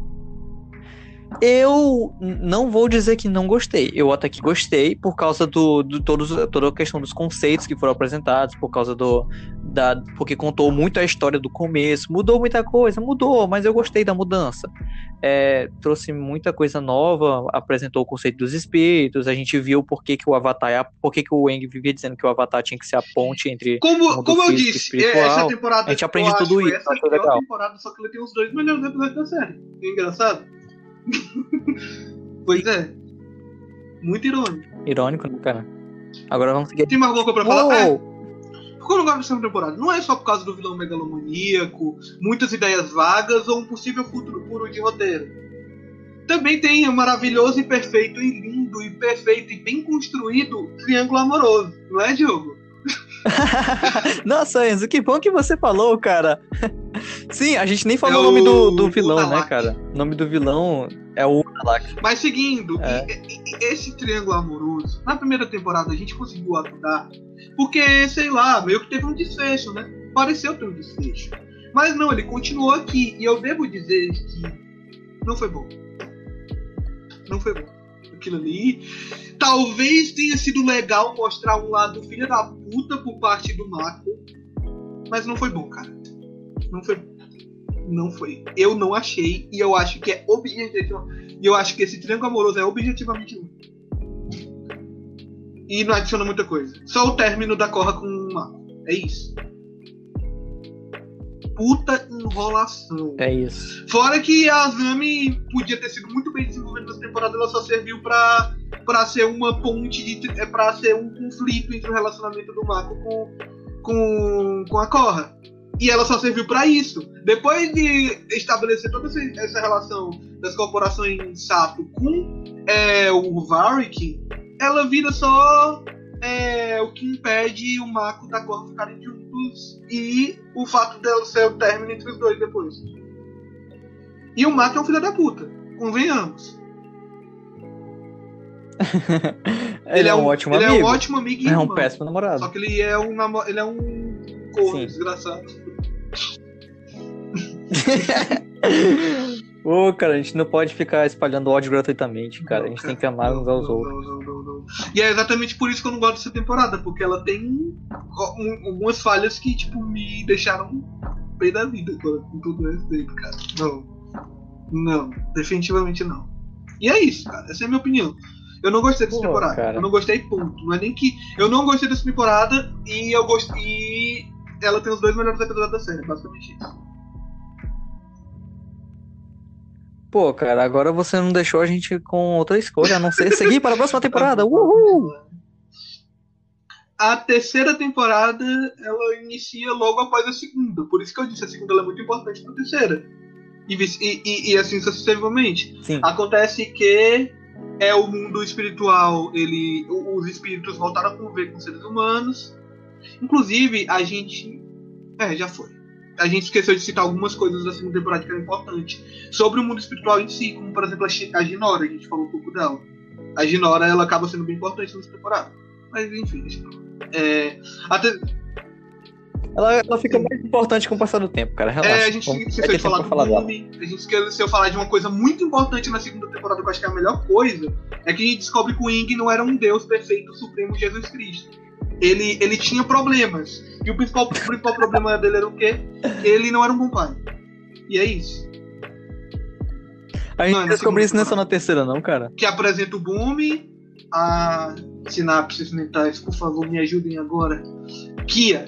Eu não vou dizer que não gostei. Eu até que gostei por causa toda a questão dos conceitos que foram apresentados, por causa porque contou muito a história do começo. Mudou muita coisa, mudou, mas eu gostei da mudança. Trouxe muita coisa nova, apresentou o conceito dos espíritos, a gente viu por que o Avatar, por que o Aang vivia dizendo que o Avatar tinha que ser a ponte entre como o mundo eu físico disse, e espiritual. essa temporada A gente aprende tudo isso, essa acho é a legal. temporada, só que ela tem os 2 melhores episódios da série. É engraçado. Pois é. Muito irônico. Irônico, né, cara? Agora vamos seguir. Tem mais alguma coisa pra falar? Uou! Porque eu não gosto da segunda temporada. Não é só por causa do vilão megalomaníaco, muitas ideias vagas ou um possível futuro de roteiro. Também tem o maravilhoso e perfeito e lindo e perfeito e bem construído triângulo amoroso. Não é, Diogo? Nossa, Enzo, que bom que você falou, cara. Sim, a gente nem falou É o nome o do vilão, né, Unalaq. cara? O nome do vilão é o Unalaq. Mas seguindo, É. esse triângulo amoroso, na primeira temporada a gente conseguiu aturar, porque, sei lá, meio que teve um desfecho, né? Pareceu ter um desfecho. Mas não, ele continuou aqui, e eu devo dizer que não foi bom. Não foi bom. Aquilo ali. Talvez tenha sido legal mostrar um lado filha da puta por parte do Mako, mas não foi bom, cara. Não foi. Não foi. Eu não achei, e eu acho que é objetivo. E eu acho que esse triângulo amoroso é objetivamente ruim. E não adiciona muita coisa. Só o término da Korra com o Mako. É isso. Puta enrolação. É isso. Fora que a Azami podia ter sido muito bem desenvolvida nessa temporada, ela só serviu pra ser uma ponte, pra ser um conflito entre o relacionamento do Mako com a Korra. E ela só serviu pra isso. Depois de estabelecer toda essa relação das corporações Sato com o Varrick, ela vira só o que impede o Mako e a Korra ficarem juntos e o fato dela ser o término entre os dois depois. E o Mako é um filho da puta, convenhamos. Ele é um ótimo amigo. Ele é um ótimo amigo e É um irmão. péssimo namorado. Só que ele é um corno Sim. desgraçado. Ô, cara, a gente não pode ficar espalhando ódio gratuitamente, cara. A gente tem que amar uns aos outros. Não. E é exatamente por isso que eu não gosto dessa temporada, porque ela tem algumas falhas que, tipo, me deixaram bem da vida, com todo respeito, cara. Não, definitivamente não. E é isso, cara, essa é a minha opinião. Eu não gostei dessa temporada. Cara. Eu não gostei, ponto. Não é nem que eu não gostei dessa temporada e eu gostei. E ela tem os 2 melhores episódios da série, basicamente isso. Pô, cara, agora você não deixou a gente com outra escolha, a não ser seguir para a próxima temporada. Uhul! A terceira temporada, ela inicia logo após a segunda. Por isso que eu disse, a segunda ela é muito importante para a terceira. E assim sucessivamente. Sim. Acontece que o mundo espiritual, os espíritos voltaram a conviver com seres humanos. Inclusive, a gente... já foi. A gente esqueceu de citar algumas coisas da segunda temporada que eram importantes sobre o mundo espiritual em si, como, por exemplo, a Jinora, a gente falou um pouco dela. A Jinora, ela acaba sendo bem importante nessa temporada. Mas, enfim, deixa eu Ela fica mais importante com o passar do tempo, cara. Relaxa. A gente esqueceu de falar do Bumi. A gente esqueceu de falar de uma coisa muito importante na segunda temporada, que eu acho que é a melhor coisa, é que a gente descobre que o Aang não era um deus perfeito, supremo Jesus Cristo. Ele tinha problemas. E o principal problema dele era o quê? Ele não era um bom pai. E é isso. A gente descobriu isso não é só na terceira, não, cara. Que apresenta o Bumi, a sinapses mentais, por favor, me ajudem agora. Kia.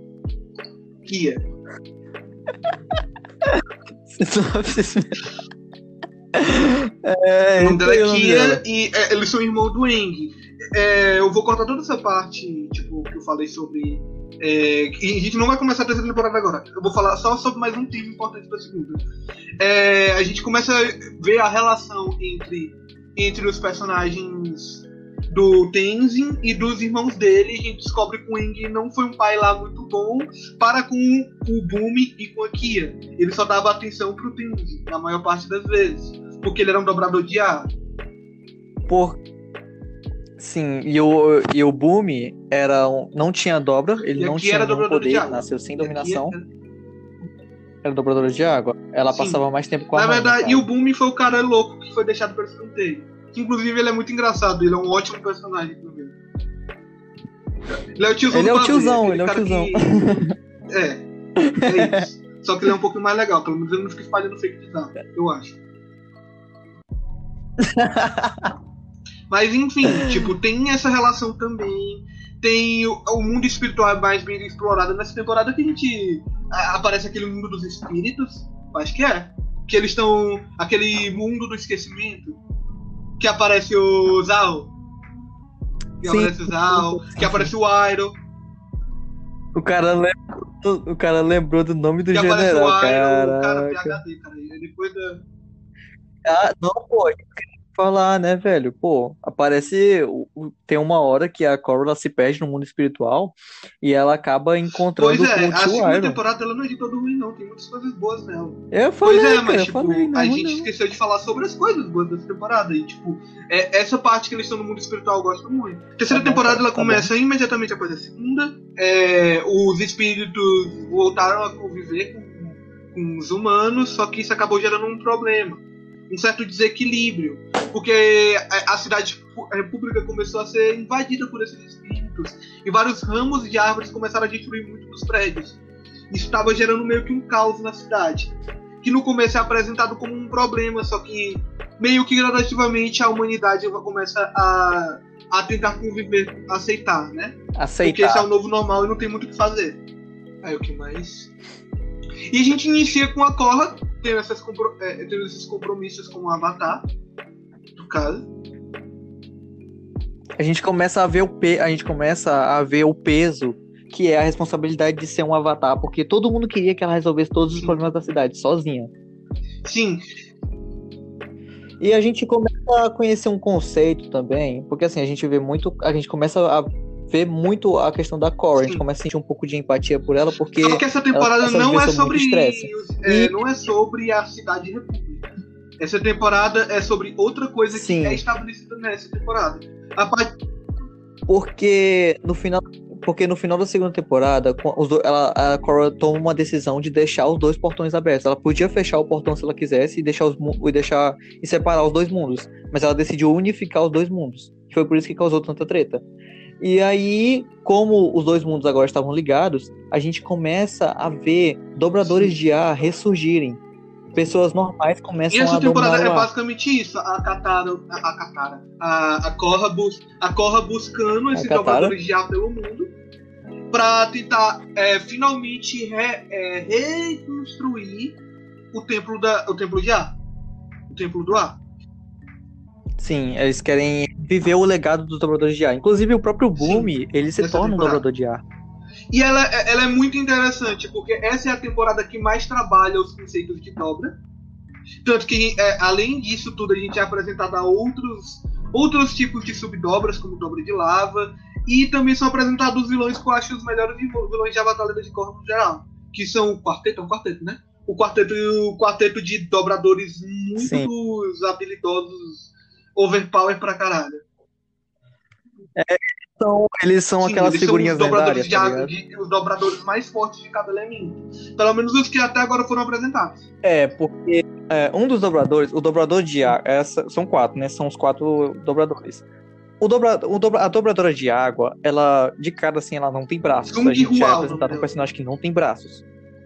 O nome dela é Kia e eles são irmãos do Aang. Eu vou cortar toda essa parte, tipo, que eu falei sobre. E a gente não vai começar a terceira temporada agora. Eu vou falar só sobre mais um tema importante da segunda. A gente começa a ver a relação entre os personagens do Tenzin e dos irmãos dele. A gente descobre que o Aang não foi um pai lá muito bom para com o Bumi e com a Kia. Ele só dava atenção pro Tenzin, na maior parte das vezes, porque ele era um dobrador de ar. Sim, e o Bumi não tinha dobra, ele não tinha nenhum poder, ele nasceu sem dominação. Era dobradora de água. Ela passava mais tempo com a mãe. Na verdade, e o Bumi foi o cara louco que foi deixado pelo escanteio. Que inclusive ele é muito engraçado, ele é um ótimo personagem também. Ele é o tiozão. Ele é o tiozão. É isso. Só que ele é um pouquinho mais legal, pelo menos ele não fica espalhando fake design, eu acho. Mas enfim, tipo, tem essa relação também. Tem o mundo espiritual mais bem explorado nessa temporada, que a gente aparece aquele mundo dos espíritos, acho que é. Que eles estão. Aquele mundo do esquecimento. Que aparece o Zao. Que aparece o Iroh. O cara lembrou do nome do general, aparece o Iroh, cara. O cara PHD, cara. Depois da. Não, pô. Falar, né, velho? Pô, aparece. Tem uma hora que a Korra se perde no mundo espiritual e ela acaba encontrando com o tio a segunda Iroh. temporada ela não é de todo ruim, não. Tem muitas coisas boas nela. Eu falei, mas tipo, a gente esqueceu de falar sobre as coisas boas dessa temporada. E, tipo, essa parte que eles estão no mundo espiritual eu gosto muito. A terceira temporada ela começa imediatamente após a segunda. Os espíritos voltaram a conviver com os humanos, só que isso acabou gerando um problema. Um certo desequilíbrio, porque a cidade república começou a ser invadida por esses espíritos e vários ramos de árvores começaram a destruir muito dos prédios. Isso estava gerando meio que um caos na cidade, que no começo é apresentado como um problema, só que meio que gradativamente a humanidade começa a tentar conviver, aceitar, né? Porque esse é o novo normal e não tem muito o que fazer. Aí o que mais? E a gente inicia com a Korra tendo esses compromissos com o Avatar, no caso. A gente começa a ver o peso que é a responsabilidade de ser um Avatar, porque todo mundo queria que ela resolvesse todos os problemas da cidade, sozinha. Sim. E a gente começa a conhecer um conceito também, porque assim, a gente começa a ver muito a questão da Korra, a gente começa a sentir um pouco de empatia por ela, porque só que essa temporada não é sobre a cidade república. Essa temporada é sobre outra coisa que é estabelecida nessa temporada. Porque no final da segunda temporada, a Korra toma uma decisão de deixar os dois portões abertos. Ela podia fechar o portão se ela quisesse e separar os dois mundos, mas ela decidiu unificar os dois mundos. Foi por isso que causou tanta treta. E aí, como os dois mundos agora estavam ligados, a gente começa a ver dobradores de ar ressurgirem. Pessoas normais começam a dominar. E essa temporada é basicamente isso. A Korra buscando esses dobradores de ar pelo mundo para tentar finalmente reconstruir o templo de ar. O templo do ar. Sim, eles querem viver o legado dos dobradores de ar. Inclusive o próprio Bumi, ele se torna um dobrador de ar. E ela é muito interessante, porque essa é a temporada que mais trabalha os conceitos de dobra. Tanto que, além disso tudo, a gente é apresentado a outros tipos de subdobras, como dobra de lava. E também são apresentados os vilões que eu acho os melhores vilões de Avatar Lenda de Korra no geral. Que são o quarteto, né? O quarteto de dobradores muito habilidosos, overpower pra caralho. Eles são aquelas figurinhas lendárias, os dobradores mais fortes de cada elemento. Pelo menos os que até agora foram apresentados. Porque um dos dobradores, o dobrador de ar, são 4, né? São os 4 dobradores. A dobradora de água, ela, de cara assim, ela não tem braços. A gente já é apresentado um personagem que não tem braços.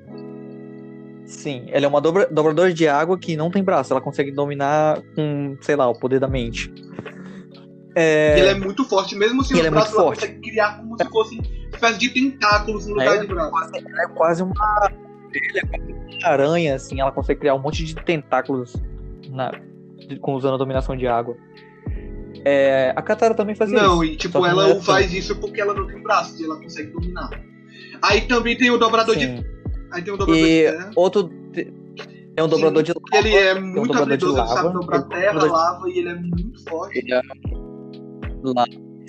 Sim, ela é uma dobradora de água que não tem braços. Ela consegue dominar com, sei lá, o poder da mente. E ele é muito forte, mesmo sem os ele é braços, muito ela forte. consegue criar como se fossem espécie de tentáculos no lugar de braços. Ela é quase uma aranha, assim. Ela consegue criar um monte de tentáculos usando a dominação de água. A Katara também fazia isso. Não, e tipo, ela faz isso porque ela não tem braços e ela consegue dominar. Aí também tem o dobrador de... Aí tem o dobrador de terra. Outro... É um dobrador de lava. Ele é muito habilidoso, ele sabe dobrar ele terra, lava, e ele é muito forte. Ele é lava.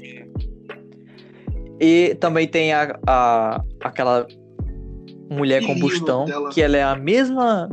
E também tem aquela mulher Irina combustão, dela. que ela é a mesma...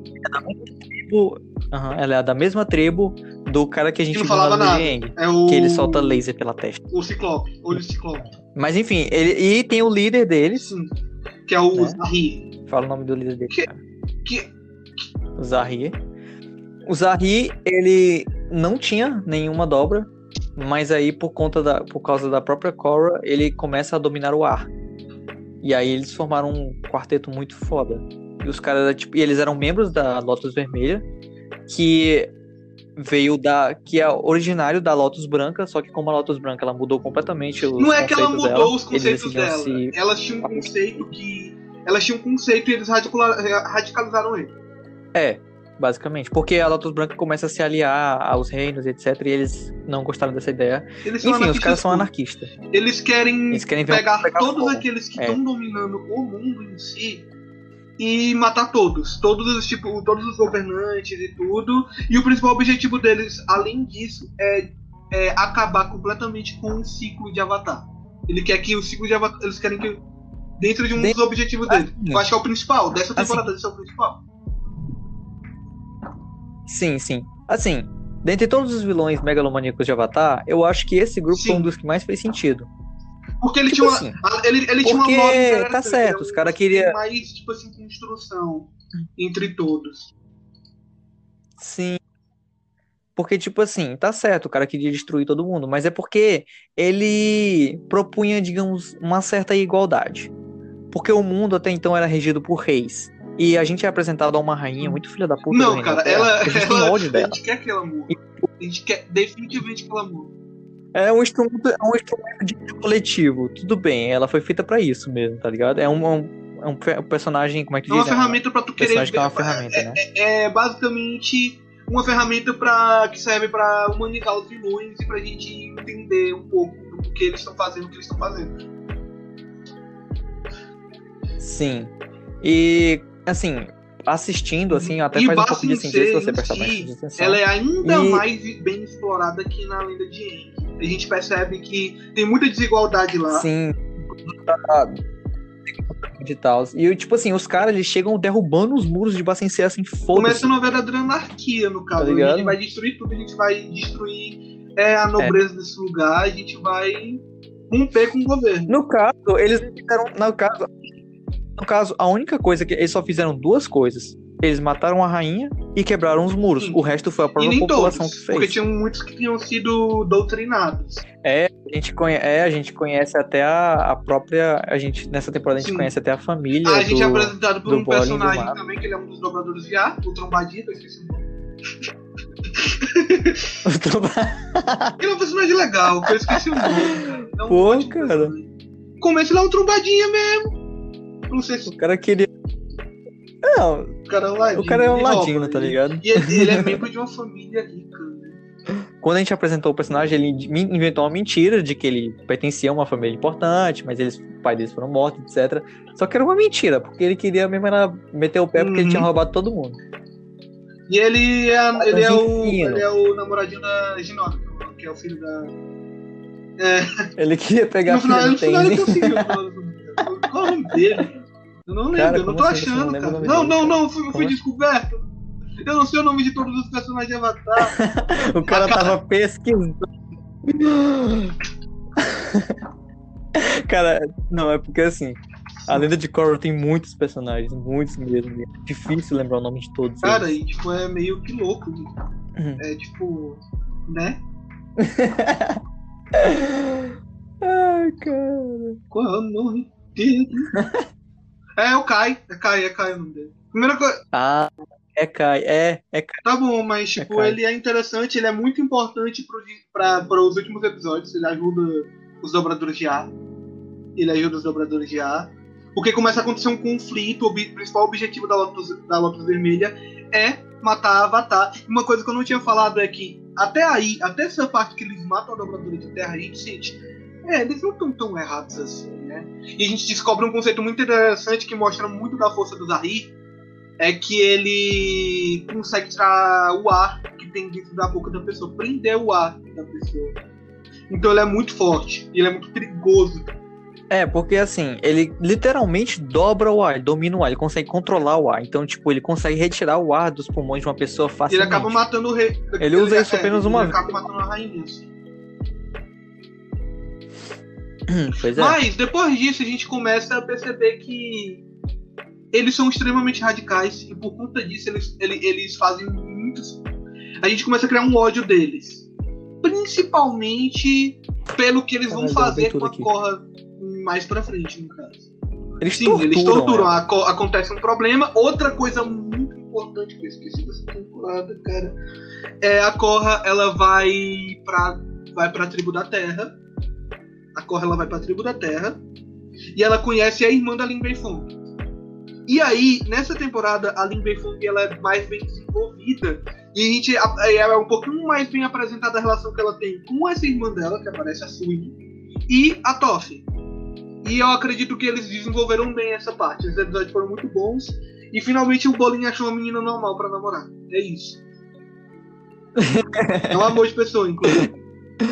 Ela é da mesma tribo do cara que a gente Que não viu falava na nada. Lucieng, É o... que ele solta laser pela testa. O Ciclope, olho Ciclope. Mas enfim, e tem o líder deles. Sim. Que é o Né? Zahir. Fala o nome do líder dele. Cara. O Zahir. O Zahir, ele não tinha nenhuma dobra, mas aí por causa da própria Korra, ele começa a dominar o ar. E aí eles formaram um quarteto muito foda. E os caras, tipo, e eles eram membros da Lotus Vermelha, que é originário da Lotus Branca, só que como a Lotus Branca ela mudou completamente os conceitos dela. Não é que ela mudou os conceitos dela. Se... Elas tinham um conceito e eles radicalizaram ele. Basicamente. Porque a Lotus Branca começa a se aliar aos reinos, etc. E eles não gostaram dessa ideia. Enfim, os caras são anarquistas. Eles querem pegar todos fogo. Aqueles que estão dominando o mundo em si e matar todos. Todos os governantes e tudo. E o principal objetivo deles, além disso, é acabar completamente com o ciclo de Avatar. Ele quer que o ciclo de Avatar... Eles querem que... Dentro de um dos objetivos dele. Eu acho que é o principal. Dessa temporada, esse é o principal. Sim. Assim, dentre todos os vilões megalomaníacos de Avatar, eu acho que esse grupo foi um dos que mais fez sentido. Porque ele tinha uma... Ele tinha uma moda tá certo, os caras queriam... mais, tipo assim, construção entre todos. Sim. Porque, tipo assim, tá certo, o cara queria destruir todo mundo, mas é porque ele propunha, digamos, uma certa igualdade. Porque o mundo até então era regido por reis. E a gente é apresentado a uma rainha muito filha da puta. Não, cara, a gente quer que ela morra. A gente quer definitivamente que ela morra. É um instrumento de coletivo. Tudo bem, ela foi feita pra isso mesmo, tá ligado? É um personagem, como é que diz? É uma ferramenta pra tu querer... Personagem que é uma ferramenta, né? É basicamente uma ferramenta que serve pra humanizar os vilões e pra gente entender um pouco do que eles estão fazendo, o que eles estão fazendo. Sim. E, assim, assistindo, assim, até faz um pouco de sentido se você prestar bastante atenção. Ela é ainda mais bem explorada que na Lenda de Aang. A gente percebe que tem muita desigualdade lá. Sim. De tal. E, tipo assim, os caras, eles chegam derrubando os muros de Ba Sing Se, assim, foda-se. Começa uma verdadeira anarquia, no caso. Tá a gente vai destruir tudo, a gente vai destruir a nobreza desse lugar, a gente vai romper com o governo. No caso, eles fizeram... No caso, a única coisa que eles só fizeram duas coisas. Eles mataram a rainha e quebraram os muros. Sim. O resto foi a própria população que fez. Porque tinham muitos que tinham sido doutrinados. A gente conhece até a própria... Nessa temporada a gente conhece até a família. A gente é apresentado por um personagem também, que ele é um dos dobradores de ar, o Trombadita, eu esqueci o nome. Ele é um personagem legal, que eu esqueci o nome, cara. Pô, cara. No começo ele é um trombadinha mesmo. Não sei se... O cara queria... Não, o cara é um ladino, tá ligado? E ele é membro de uma família rica, né? Quando a gente apresentou o personagem, ele inventou uma mentira de que ele pertencia a uma família importante, mas o pai deles foram mortos, etc. Só que era uma mentira, porque ele queria mesmo meter o pé porque ele tinha roubado todo mundo. E ele é o namoradinho da Ginora, que é o filho da... Ele queria pegar a filha do Tenzin. Qual é o nome dele? Eu não lembro, eu não tô achando, cara. Não, fui descoberto. Eu não sei o nome de todos os personagens de Avatar. O cara tava pesquisando. Cara, não, é porque assim, a Lenda de Korra tem muitos personagens, muitos mesmo. É difícil lembrar o nome de todos. Cara, e tipo, é meio que louco. É tipo, né? Ai, cara. Qual é o nome dele? É o Kai. É Kai o nome dele. Primeira coisa. É Kai, é Kai, Tá bom, mas é tipo, Kai. ele é interessante, ele é muito importante para os últimos episódios. Ele ajuda os dobradores de ar. Ele ajuda os dobradores de ar. Porque começa a acontecer um conflito. O principal objetivo da Lotus Vermelha é matar a Avatar. Uma coisa que eu não tinha falado é que até aí, até essa parte que eles matam a dobradora de terra, a gente sente. Eles não estão tão errados assim, né? E a gente descobre um conceito muito interessante que mostra muito da força do Zahir. É que ele consegue tirar o ar que tem dentro da boca da pessoa, prender o ar da pessoa. Então ele é muito forte, ele é muito perigoso. É, porque assim, ele literalmente dobra o ar, ele domina o ar, ele consegue controlar o ar. Então, tipo, ele consegue retirar o ar dos pulmões de uma pessoa Ele facilmente. acaba matando o rei. Ele usa isso apenas uma vez. vez. Ele acaba matando a rainha. Assim. Pois é. Mas depois disso a gente começa a perceber que eles são extremamente radicais e por conta disso eles fazem muitos. A gente começa a criar um ódio deles, principalmente pelo que eles vão fazer com a Korra mais pra frente, no caso. Eles torturam. Acontece um problema. Outra coisa muito importante que eu esqueci dessa temporada, cara, é a Korra, ela vai pra tribo da Terra. A Korra, ela vai pra tribo da Terra e ela conhece a irmã da Lin Beifong. E aí, nessa temporada, a Lin Beifong ela é mais bem desenvolvida. E a gente é um pouquinho mais bem apresentada a relação que ela tem com essa irmã dela, que aparece a Sui, e a Toph. E eu acredito que eles desenvolveram bem essa parte. Os episódios foram muito bons. E finalmente o Bolin achou uma menina normal pra namorar. É isso. É um amor de pessoa, inclusive.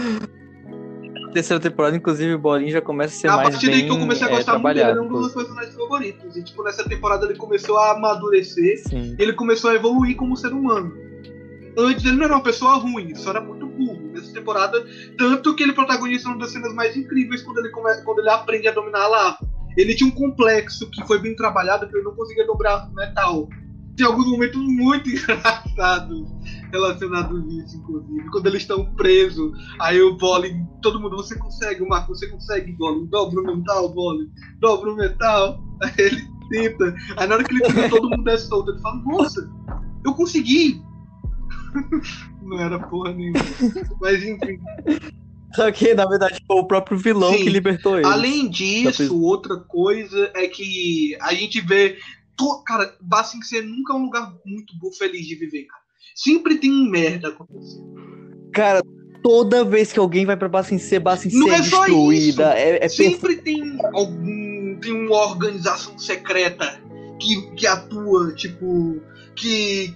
Terceira temporada, inclusive, o Bolin já começa a ser mais bem trabalhado. A partir daí que eu comecei a gostar muito dele, ele é um dos meus personagens favoritos. E, tipo, nessa temporada ele começou a amadurecer. Sim. Ele começou a evoluir como ser humano. Antes ele não era uma pessoa ruim, só era muito burro. Nessa temporada, tanto que ele protagoniza uma das cenas mais incríveis quando ele aprende a dominar a lava. Ele tinha um complexo que foi bem trabalhado, que ele não conseguia dobrar metal. Tem alguns momentos muito engraçados relacionados a isso, inclusive. Quando eles estão presos, aí o Bolin, todo mundo, você consegue, o Marco, você consegue, Bolin, dobra o metal, Bolin, dobra o metal. Aí ele tenta. Aí na hora que ele tenta, todo mundo é solto. Ele fala, nossa, eu consegui. Não era porra nenhuma. Mas enfim. Só que, na verdade, foi o próprio vilão que libertou ele. Além disso, outra coisa é que a gente vê... Cara, Ba Sing Se nunca é um lugar muito feliz de viver, cara. Sempre tem merda acontecendo. Cara, toda vez que alguém vai pra Ba Sing Se é destruída. Sempre tem uma organização secreta que atua, tipo... Que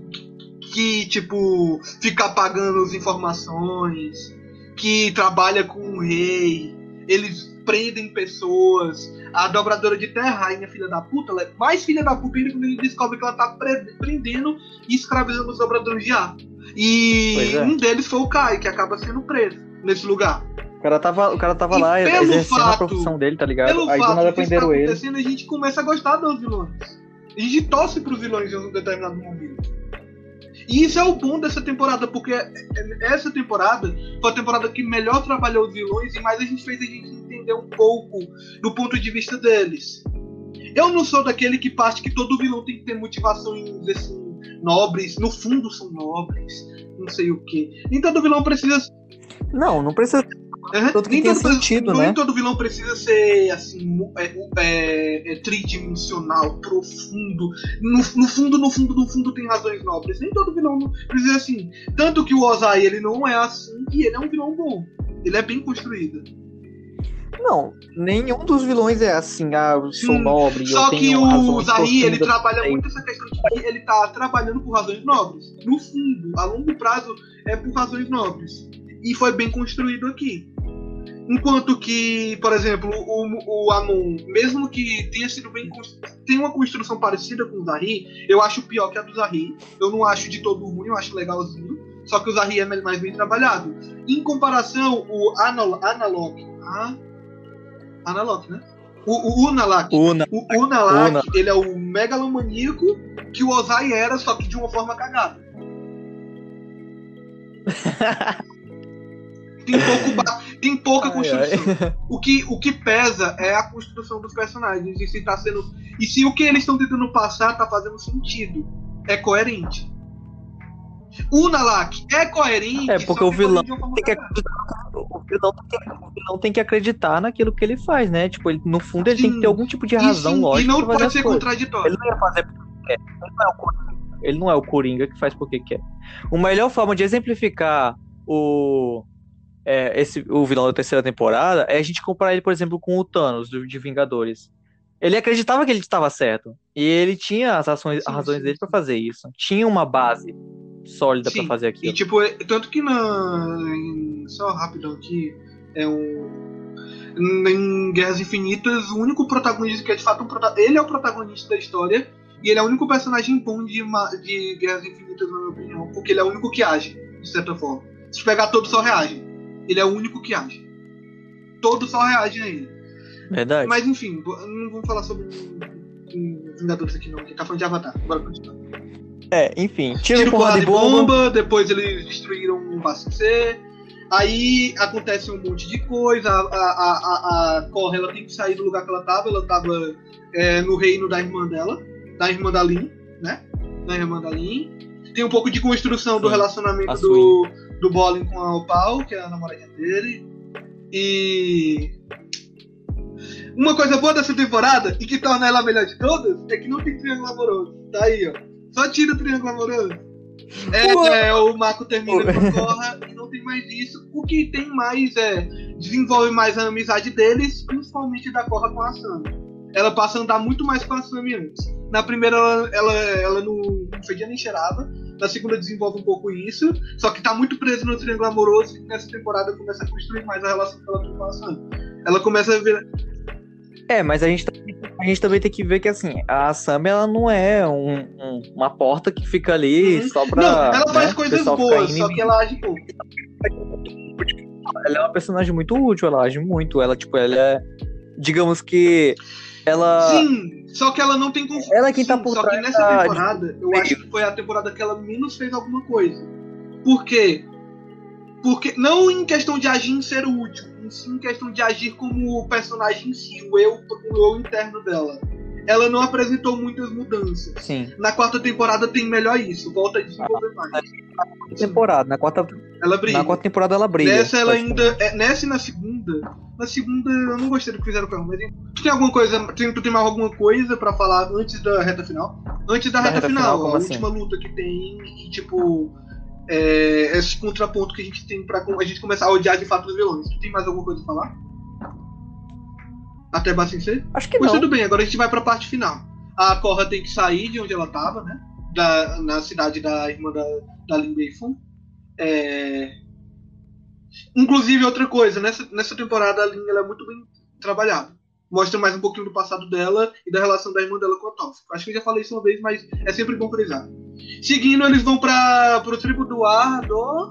tipo, fica apagando as informações, que trabalha com o rei, eles prendem pessoas. A dobradora de terra, a rainha filha da puta, ela é mais filha da puta ainda quando ele descobre que ela tá prendendo e escravizando os dobradores de ar. E um deles foi o Kai, que acaba sendo preso nesse lugar. O cara tava lá exercendo a profissão dele, tá ligado? Pelo aí do nada prenderam ele. A gente começa a gostar dos vilões. A gente torce pros vilões em um determinado momento. E isso é o bom dessa temporada, porque essa temporada foi a temporada que melhor trabalhou os vilões e mais a gente fez a gente entender um pouco do ponto de vista deles. Eu não sou daquele que parte que todo vilão tem que ter motivações assim, nobres, no fundo são nobres, não sei o que. Nem todo vilão precisa... Não precisa... Todo que tem sentido, né? Nem todo vilão precisa ser assim, tridimensional, profundo. No fundo tem razões nobres. Nem todo vilão precisa assim. Tanto que o Ozai, ele não é assim e ele é um vilão bom. Ele é bem construído. Não, nenhum dos vilões é assim, eu sou nobre. Só que o Zahir, ele trabalha muito essa questão de que ele tá trabalhando por razões nobres. No fundo, a longo prazo, é por razões nobres. E foi bem construído aqui. Enquanto que, por exemplo, o Amon, mesmo que tenha sido bem tem uma construção parecida com o Zahir, eu acho pior que a do Zahir. Eu não acho de todo ruim, eu acho legalzinho. Só que o Zahir é mais bem trabalhado. Em comparação, o Analog, né? O Unalaq. O Unalaq, ele é o megalomaníaco que o Ozai era, só que de uma forma cagada. Tem pouca construção. O que pesa é a construção dos personagens. E se o que eles estão tentando passar tá fazendo sentido. é coerente. O Nalak é coerente. É, porque o vilão tem que acreditar naquilo que ele faz, né? Tipo, ele, no fundo ele tem que ter algum tipo de razão lógica. E não pra fazer pode ser coisas. contraditório. Ele não ia fazer porque quer. Ele não é o Coringa que faz porque quer. A melhor forma de exemplificar o vilão da terceira temporada é a gente comparar ele, por exemplo, com o Thanos de Vingadores. Ele acreditava que ele estava certo. E ele tinha as razões dele pra fazer isso. Tinha uma base sólida pra fazer aquilo. E tipo, tanto que só rapidão aqui, em Guerras Infinitas, o único protagonista que é de fato ele é o protagonista da história, e ele é o único personagem bom de Guerras Infinitas, na minha opinião, porque ele é o único que age, de certa forma. Se pegar todos só reagem. Ele é o único que age. Todos só reagem a ele. Verdade. Mas enfim, não vamos falar sobre Vingadores aqui não, a gente tá falando de Avatar. Bora continuar. Enfim, tiro porrada de bomba. Depois eles destruíram o Passo C. Aí acontece um monte de coisa. A Korra, ela tem que sair do lugar que ela tava. Ela tava no reino da irmã dela, da irmã da Lin, né? Da irmã da Lin. Tem um pouco de construção do relacionamento do Bolin com a Opal, que é a namoradinha dele. E uma coisa boa dessa temporada, e que torna ela a melhor de todas, é que não tem triângulo amoroso. Tá aí, ó. Só tira o triângulo amoroso. O Mako termina com a Korra e não tem mais isso. O que tem mais desenvolve mais a amizade deles, principalmente da Korra com a Asami. Ela passa a andar muito mais com a Asami antes. Na primeira ela não fedia nem cheirava. Na segunda desenvolve um pouco isso. Só que tá muito presa no triângulo amoroso e nessa temporada começa a construir mais a relação que ela tem com a Asami. Ela começa a ver... mas a gente também tem que ver que assim, a Asami ela não é uma porta que fica ali só pra. Não, ela faz coisas boas, só que ela age pouco. Ela é uma personagem muito útil, ela age muito. Ela é. Digamos que. Ela. Sim, só que ela não tem confusão. Ela é quem tá por trás. Só que nessa temporada, eu acho que foi a temporada que ela menos fez alguma coisa. Por quê? Porque, não em questão de agir em ser útil, sim em questão de agir como o personagem em si, o eu interno dela. Ela não apresentou muitas mudanças. Sim. Na quarta temporada tem melhor isso, volta a desenvolver mais. Na quarta temporada ela brilha. Nessa ela ainda. Nessa e na segunda. Na segunda eu não gostei do que fizeram com ela, mas tu tem alguma coisa. Tu tem mais alguma coisa pra falar antes da reta final? Antes da reta final, a assim? última luta que tem e tipo. Esse contraponto que a gente tem pra a gente começar a odiar de fato os vilões. Tu tem mais alguma coisa a falar? Até Bassin C? Acho que pois não. Tudo bem, agora a gente vai pra parte final. A Korra tem que sair de onde ela tava, né? Na cidade da irmã da Lin Beifong. Inclusive, outra coisa, nessa temporada a Lin ela é muito bem trabalhada. Mostra mais um pouquinho do passado dela e da relação da irmã dela com a Toph. Acho que eu já falei isso uma vez, mas é sempre bom frisar. Seguindo, eles vão pro tribo do ar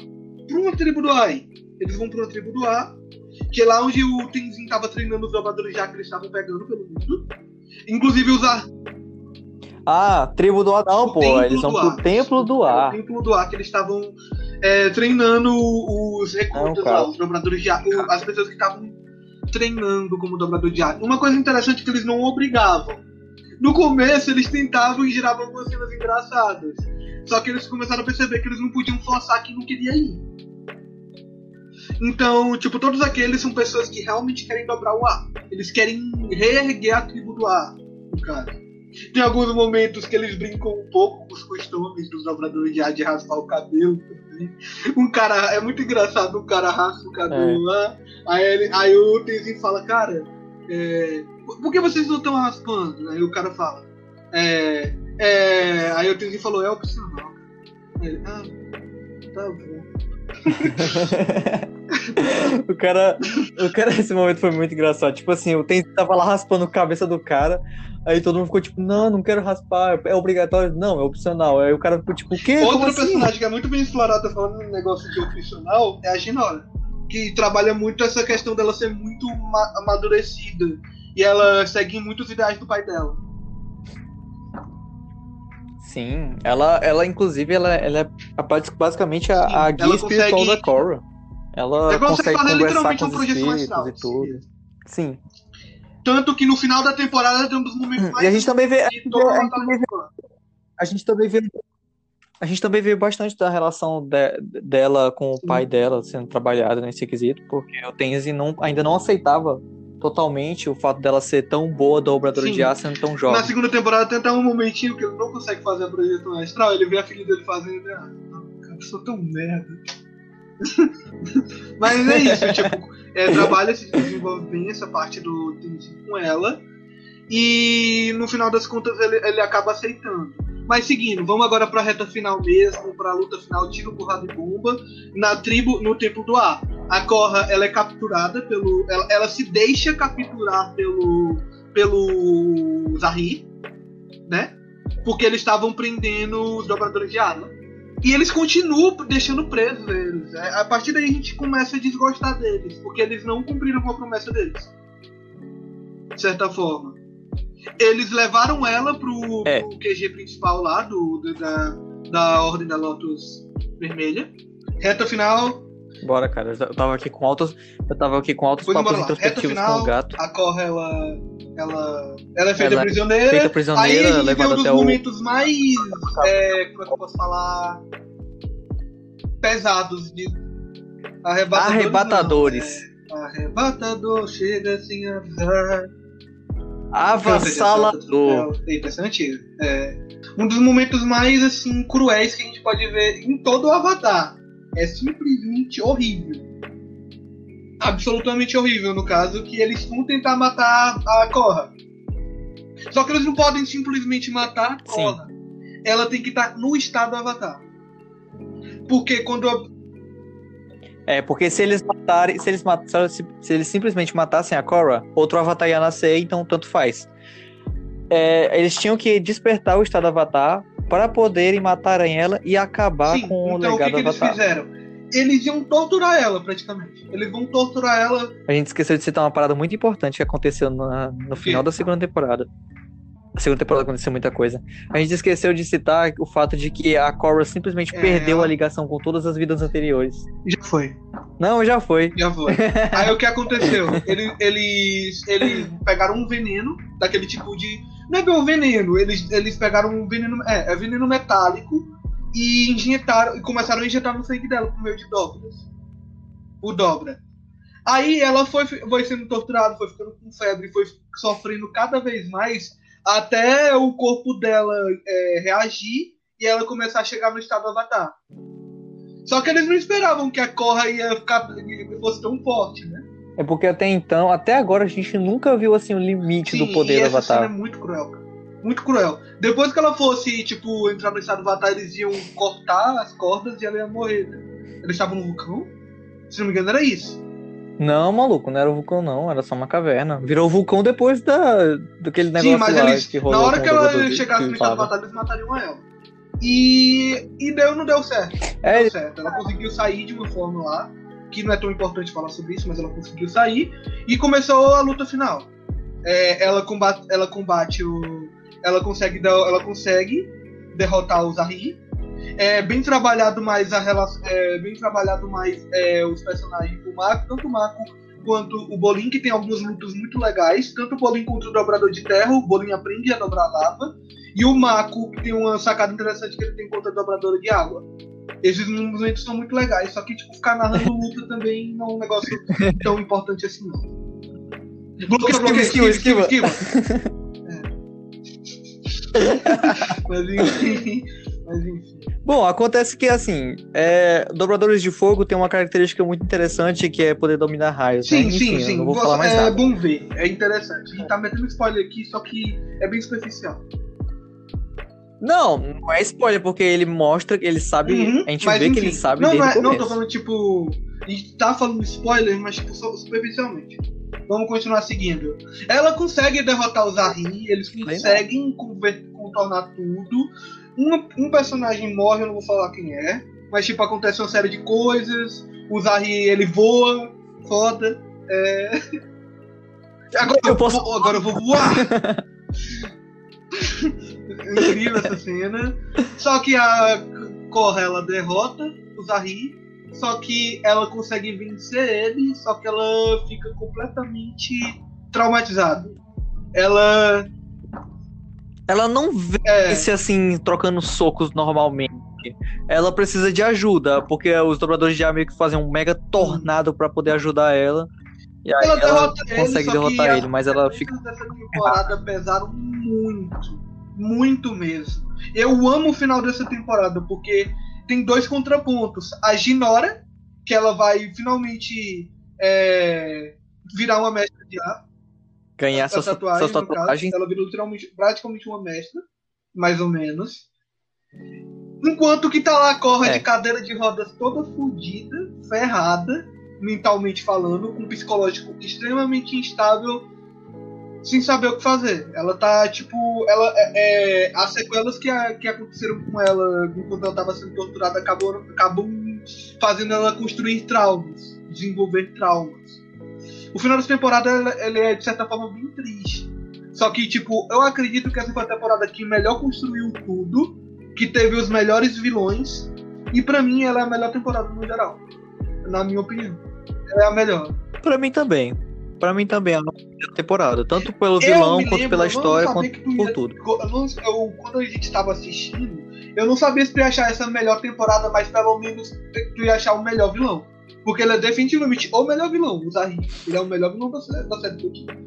Eles vão pra uma tribo do ar, que é lá onde o Tenzin tava treinando os dobradores já que eles estavam pegando pelo mundo. Inclusive usar... tribo do ar não, pô. Eles vão pro Templo do Ar. O Templo do Ar, que eles estavam treinando os recrutas lá, os dobradores de ar, as pessoas que estavam treinando como dobrador de ar. Uma coisa interessante é que eles não obrigavam. No começo eles tentavam e giravam algumas cenas engraçadas. Só que eles começaram a perceber que eles não podiam forçar quem não queria ir. Então, tipo, todos aqueles são pessoas que realmente querem dobrar o ar. Eles querem reerguer a tribo do ar, no caso. Tem alguns momentos que eles brincam um pouco com os costumes dos dobradores de ar de raspar o cabelo. Um cara, é muito engraçado, um cara raspa o cabelo lá. Aí o Tenzin fala, cara, por que vocês não estão raspando? Aí o cara fala, aí o Tenzin falou, é opcional. Aí ele, tá bom. o cara, esse momento foi muito engraçado. Tipo assim, o Tenzin tava lá raspando a cabeça do cara. Aí todo mundo ficou tipo, não quero raspar, é obrigatório. Não, é opcional. Aí o cara ficou tipo, o quê? Outro personagem que é muito bem explorado falando no negócio de opcional é a Jinora, que trabalha muito essa questão dela ser muito amadurecida. E ela segue muitos ideais do pai dela. Sim, ela inclusive, ela é basicamente a guia espiritual da Korra. Ela consegue conversar com os espíritos e tudo. Sim. Tanto que no final da temporada tem um dos momentos mais... E a gente também vê... A gente também vê A gente também vê bastante da relação dela com o pai Sim. dela sendo trabalhada nesse quesito, porque o Tenzin ainda não aceitava totalmente o fato dela ser tão boa dobradora de Sim. aço sendo tão Na jovem. segunda temporada tem até um momentinho que ele não consegue fazer a projeção astral, ele vê a filha dele fazendo, eu sou tão merda. Mas é isso, tipo, trabalha, se desenvolve bem essa parte do Tenzin com ela, e no final das contas ele acaba aceitando. Mas seguindo, vamos agora pra reta final mesmo, pra luta final, tiro, porrada e bomba, na tribo, no Templo do Ar. A Korra, ela é capturada pelo... Ela se deixa capturar pelo Zahir, né? Porque eles estavam prendendo os dobradores de água. E eles continuam deixando presos eles. A partir daí a gente começa a desgostar deles, porque eles não cumpriram com a promessa deles. De certa forma. Eles levaram ela pro QG principal lá da Ordem da Lotus Vermelha. Reta final. Bora, cara. Eu tava aqui com altos papos introspectivos com o gato. A Korra, ela é feita prisioneira. Feita prisioneira, aí a gente levada tem um até dos momentos mais, como é que eu posso falar, pesados de Arrebatadores. Arrebatador chega assim a avisar. Avassalador. É impressionante. Um dos momentos mais assim cruéis que a gente pode ver em todo o Avatar. É simplesmente horrível. Absolutamente horrível, no caso, que eles vão tentar matar a Korra. Só que eles não podem simplesmente matar a Korra. Sim. Ela tem que estar no estado do Avatar. Porque quando... porque se eles simplesmente matassem a Korra, outro Avatar ia nascer, então tanto faz. Eles tinham que despertar o estado do Avatar para poderem matarem ela e acabar com o legado do Avatar. Então o que eles fizeram? Eles iam torturar ela, praticamente. Eles vão torturar ela... A gente esqueceu de citar uma parada muito importante que aconteceu no final da segunda temporada. Na segunda temporada aconteceu muita coisa. A gente esqueceu de citar o fato de que a Korra simplesmente perdeu a ligação com todas as vidas anteriores. Já foi. Não, já foi. Já foi. Aí o que aconteceu? Eles pegaram um veneno, daquele tipo de... Não é bem um veneno, eles pegaram um veneno... É veneno metálico e injetaram, e começaram a injetar no sangue dela por meio de dobras. O dobra. Aí ela foi sendo torturada, foi ficando com febre, foi sofrendo cada vez mais... até o corpo dela reagir e ela começar a chegar no estado do Avatar. Só que eles não esperavam que a Korra fosse tão forte, né? É porque até agora a gente nunca viu assim o limite do poder do Avatar. Essa cena é muito cruel, cara. Muito cruel. Depois que ela fosse, tipo, entrar no estado do Avatar, eles iam cortar as cordas e ela ia morrer, né? Eles estavam no vulcão? Se não me engano, era isso. Não, maluco, não era o vulcão, não. Era só uma caverna. Virou vulcão depois daquele negócio. Sim, mas lá eles, que rolou. Na hora que ela chegasse no estado de batalha, eles matariam ela. E não deu certo. Deu certo. Ela conseguiu sair de uma forma lá, que não é tão importante falar sobre isso, mas ela conseguiu sair. E começou a luta final. Ela consegue derrotar o Zahir. Bem trabalhado mais os personagens do Mako, tanto o Mako quanto o Bolin, que tem algumas lutas muito legais, tanto o Bolin contra o dobrador de terra, o Bolin aprende a dobrar lava, e o Mako, que tem uma sacada interessante que ele tem contra a dobradora de água. Esses momentos são muito legais, só que tipo, ficar narrando luta também não é um negócio tão importante assim, não. Esquiva. Mas enfim. Bom, acontece que, assim, dobradores de fogo tem uma característica muito interessante, que é poder dominar raios. Sim, né? Enfim, sim. Eu não vou falar mais nada. É bom ver, é interessante. A gente tá metendo spoiler aqui, só que é bem superficial. Não é spoiler, porque ele mostra, ele sabe, a gente vê enfim, que ele sabe desde o começo. Não, tô falando, tipo, a gente tá falando spoiler, mas, tipo, superficialmente. Vamos continuar seguindo. Ela consegue derrotar o Zahir, eles conseguem contornar tudo. Um personagem morre, eu não vou falar quem é, mas tipo, acontece uma série de coisas. O Zahir, ele voa, foda. Agora eu vou voar. Incrível essa cena. Só que a Korra, ela derrota o Zahir, só que ela consegue vencer ele, só que ela fica completamente traumatizada. Ela Ela não vence assim, trocando socos normalmente. Ela precisa de ajuda, porque os dobradores de ar meio que fazem um mega tornado pra poder ajudar ela. E aí Ela ela derrota ele, consegue só que derrotar as ele, mas ela fica. consequências dessa temporada pesaram muito. Muito mesmo. Eu amo o final dessa temporada, porque tem dois contrapontos. A Ginora, que ela vai finalmente virar uma mestra de ar. Ganhar A tatuagem, suas no caso. tatuagens. Ela vira literalmente, praticamente uma mestra. Mais ou menos. Enquanto que tá lá a Korra de cadeira de rodas toda fodida, ferrada, mentalmente falando, com um psicológico extremamente instável, sem saber o que fazer. Ela tá, tipo, as sequelas que aconteceram com ela enquanto ela tava sendo torturada acabam fazendo ela construir traumas, desenvolver traumas. O final dessa temporada ele é, de certa forma, bem triste. Só que, tipo, eu acredito que essa foi a temporada que melhor construiu tudo, que teve os melhores vilões, e pra mim ela é a melhor temporada no geral. Na minha opinião. Ela é a melhor. Pra mim também. Pra mim também é a melhor temporada. Tanto pelo vilão, quanto pela história, quanto por tudo. Quando a gente tava assistindo, eu não sabia se tu ia achar essa melhor temporada, mas pelo menos tu ia achar o melhor vilão. Porque ele é definitivamente o melhor vilão, o Zahir. Ele é o melhor vilão da série do aqui.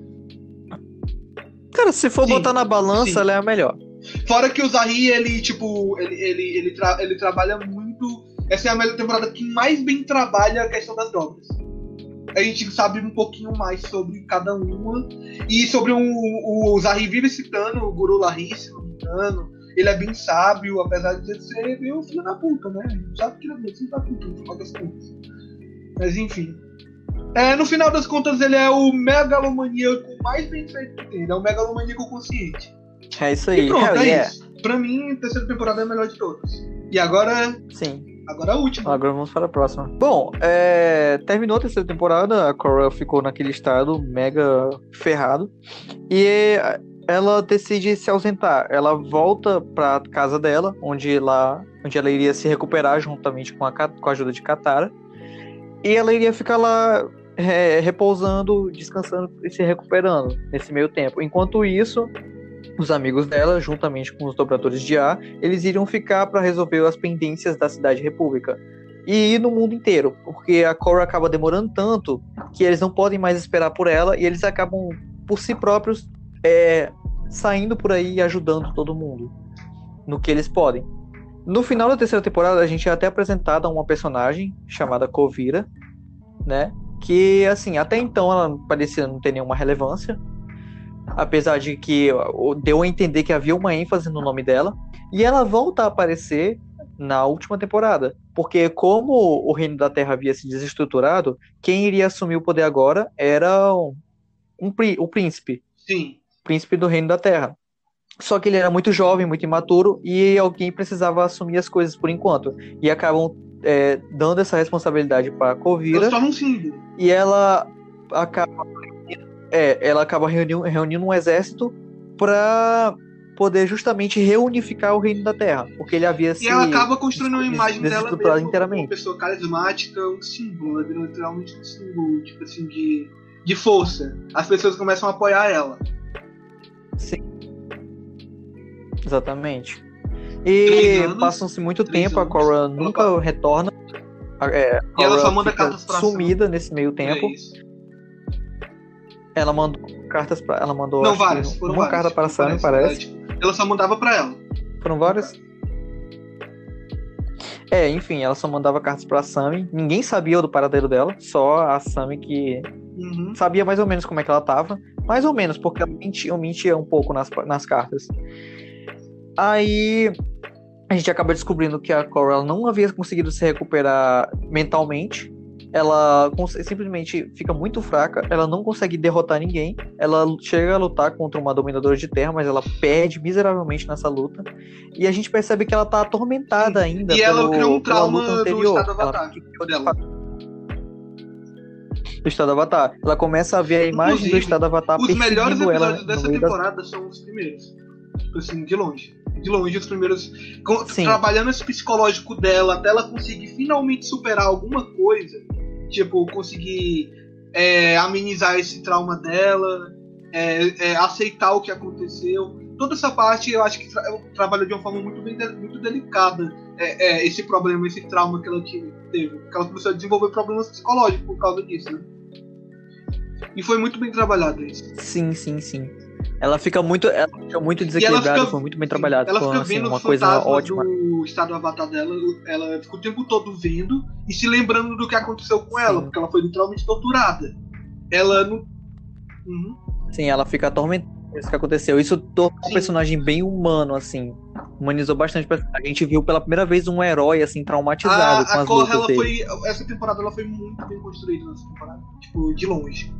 Cara, se for botar na balança, ela é a melhor. Fora que o Zahir, ele, tipo, ele trabalha muito. Essa é a melhor temporada que mais bem trabalha a questão das drogas. A gente sabe um pouquinho mais sobre cada uma. E sobre o Zahir vive citando o Guru Lahiri, se não me engano. Ele é bem sábio, apesar de ser meio filho da puta, né? A gente sabe que ele é meio filho da puta, no final das contas. Mas enfim. No final das contas, ele é o megalomaníaco mais bem feito que tem. Ele é o megalomaníaco consciente. É isso aí. E pronto, isso. Pra mim, a terceira temporada é a melhor de todas. E agora... Sim. Agora a última. Agora vamos para a próxima. Bom, terminou a terceira temporada, a Korra ficou naquele estado mega ferrado. E ela decide se ausentar. Ela volta pra casa dela, onde ela iria se recuperar juntamente com a ajuda de Katara. E ela iria ficar lá repousando, descansando e se recuperando nesse meio tempo. Enquanto isso, os amigos dela, juntamente com os dobradores de ar, eles iriam ficar para resolver as pendências da Cidade República. E no mundo inteiro, porque a Korra acaba demorando tanto que eles não podem mais esperar por ela e eles acabam, por si próprios, saindo por aí e ajudando todo mundo no que eles podem. No final da terceira temporada, a gente é até apresentada uma personagem chamada Kuvira, né? Que, assim, até então ela parecia não ter nenhuma relevância, apesar de que deu a entender que havia uma ênfase no nome dela, e ela volta a aparecer na última temporada, porque como o Reino da Terra havia se desestruturado, quem iria assumir o poder agora era o príncipe. Sim. Príncipe do Reino da Terra. Só que ele era muito jovem, muito imaturo, e alguém precisava assumir as coisas por enquanto. E acabam dando essa responsabilidade para Kuvira. E ela acaba reunindo um exército para poder justamente reunificar o Reino da Terra, porque ele havia se... E ela acaba construindo uma imagem dela mesmo inteiramente. Uma pessoa carismática, um símbolo, ela vira literalmente um símbolo, tipo assim, de força. As pessoas começam a apoiar ela. Sim. Exatamente. E passam-se muito tempo, a Korra nunca retorna. E ela só manda cartas pra sumida nesse meio tempo. Ela mandou cartas pra. Ela mandou. Não, várias. Uma várias, carta para a Sami, parece. Ela só mandava pra ela. Foram várias? Enfim, ela só mandava cartas pra Sami. Ninguém sabia do paradeiro dela. Só a Sami que sabia mais ou menos como é que ela tava. Mais ou menos, porque ela mentia um pouco nas cartas. Aí a gente acaba descobrindo que a Korra não havia conseguido se recuperar mentalmente. Ela simplesmente fica muito fraca. Ela não consegue derrotar ninguém. Ela chega a lutar contra uma dominadora de terra, mas ela perde miseravelmente nessa luta. E a gente percebe que ela tá atormentada ainda. E ela criou um trauma do estado Avatar dela. Do estado Avatar. Ela começa a ver a imagem do estado Avatar perseguindo ela. Os melhores episódios dessa temporada são os primeiros. Tipo assim, de longe. De longe, os primeiros. Trabalhando esse psicológico dela, até ela conseguir finalmente superar alguma coisa. Tipo, conseguir amenizar esse trauma dela, aceitar o que aconteceu. toda essa parte eu acho que trabalhou de uma forma muito delicada esse problema, esse trauma que ela teve. Que ela começou a desenvolver problemas psicológicos por causa disso, né? E foi muito bem trabalhado isso. Sim. Ela fica muito desequilibrada, foi muito bem trabalhado. Ela foi fica assim, vendo uma os coisa fantasmas ótima. do estado do avatar dela, ela fica o tempo todo vendo e se lembrando do que aconteceu com ela, porque ela foi literalmente torturada. Ela não... Sim, ela fica atormentada com isso que aconteceu. Isso tornou um personagem bem humano, assim. Humanizou bastante. A gente viu pela primeira vez um herói, assim, traumatizado com as lutas dele. Essa temporada ela foi muito bem construída nessa temporada. Tipo, de longe.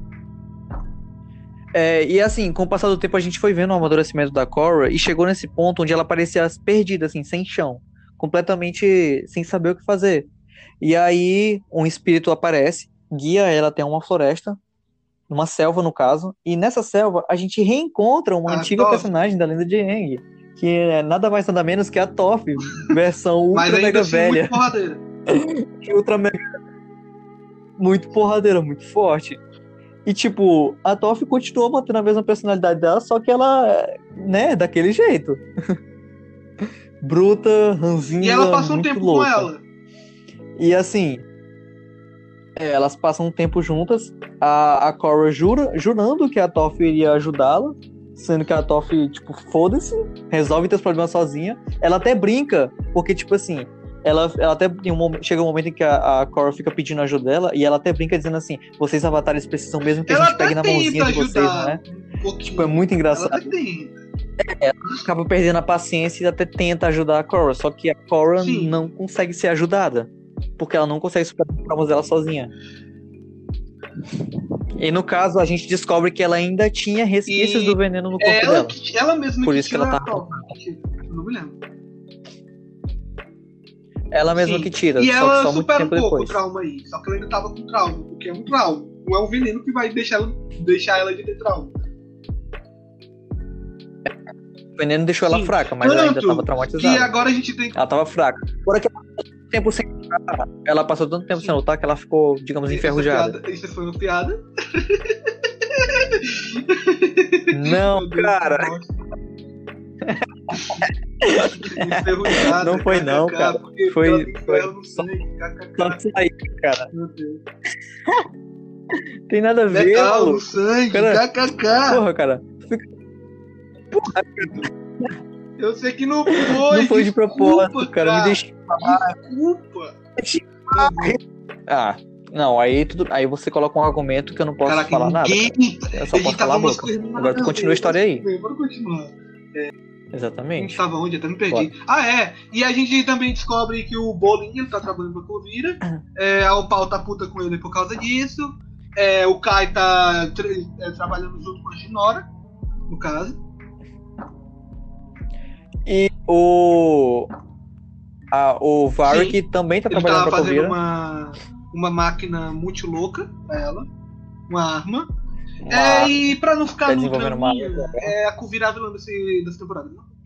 E assim, com o passar do tempo a gente foi vendo o amadurecimento da Korra e chegou nesse ponto onde ela parecia perdida, assim, sem chão. Completamente sem saber o que fazer. E aí um espírito aparece, guia ela até uma floresta, uma selva no caso, e nessa selva a gente reencontra uma antiga personagem da lenda de Aang, que é nada mais nada menos que a Toph, versão ultra mega assim, velha. Muito porradeira. Ultra mega... Muito porradeira, muito forte. E tipo, a Toph continuou mantendo a mesma personalidade dela, só que ela, né, daquele jeito. Bruta, ranzinha, e ela passa um muito tempo louca. com ela. E assim, elas passam um tempo juntas, a Korra jurando que a Toph iria ajudá-la, sendo que a Toph, tipo, foda-se, resolve ter os problemas sozinha. Ela até brinca, porque, tipo assim, ela até chega um momento em que a Korra fica pedindo ajuda dela, e ela até brinca dizendo assim, vocês avatares precisam mesmo que a gente pegue na mãozinha de vocês, não é? Tipo, é muito engraçado. Ela até tenta. Ela acaba perdendo a paciência e até tenta ajudar a Korra, só que a Korra não consegue ser ajudada, porque ela não consegue superar os problemas dela sozinha. E no caso, a gente descobre que ela ainda tinha resquícios do veneno no corpo dela. Ela mesma por que isso que ela tá... Eu não me lembro. Ela mesma que tira, e só ela que só muito supera tempo um pouco depois. O trauma aí, só que ela ainda tava com trauma, porque é um trauma. Não é um veneno que vai deixar ela de ter trauma. O veneno deixou ela fraca, mas ela ainda tava traumatizada. E agora a gente tem... Ela tava fraca. Por que ela passou tanto tempo sem lutar que ela ficou, digamos, enferrujada. Isso foi uma piada? Não, cara. Não foi não, cara. Foi só isso aí, cara. Meu Deus. Tem nada a ver, metal no sangue, kkk. Porra, cara. Porra, cara. Eu sei que não foi. Não foi de propósito, cara. Me deixa Desculpa. Não, aí você coloca um argumento que eu não posso falar nada. Eu só posso falar a boca. Agora tu continua a história aí. Bora continuar. Exatamente. A gente tava onde? Até me perdi. E a gente também descobre que o Bolin, ele tá trabalhando com a Kuvira. A Opal tá puta com ele por causa disso. O Kai tá trabalhando junto com a Shinora, no caso. E o Varric também tá trabalhando com a Kuvira. Ele tava fazendo uma máquina muito louca pra ela. Uma arma. E pra não ficar no draminha, a Kuvira a vilã dessa temporada.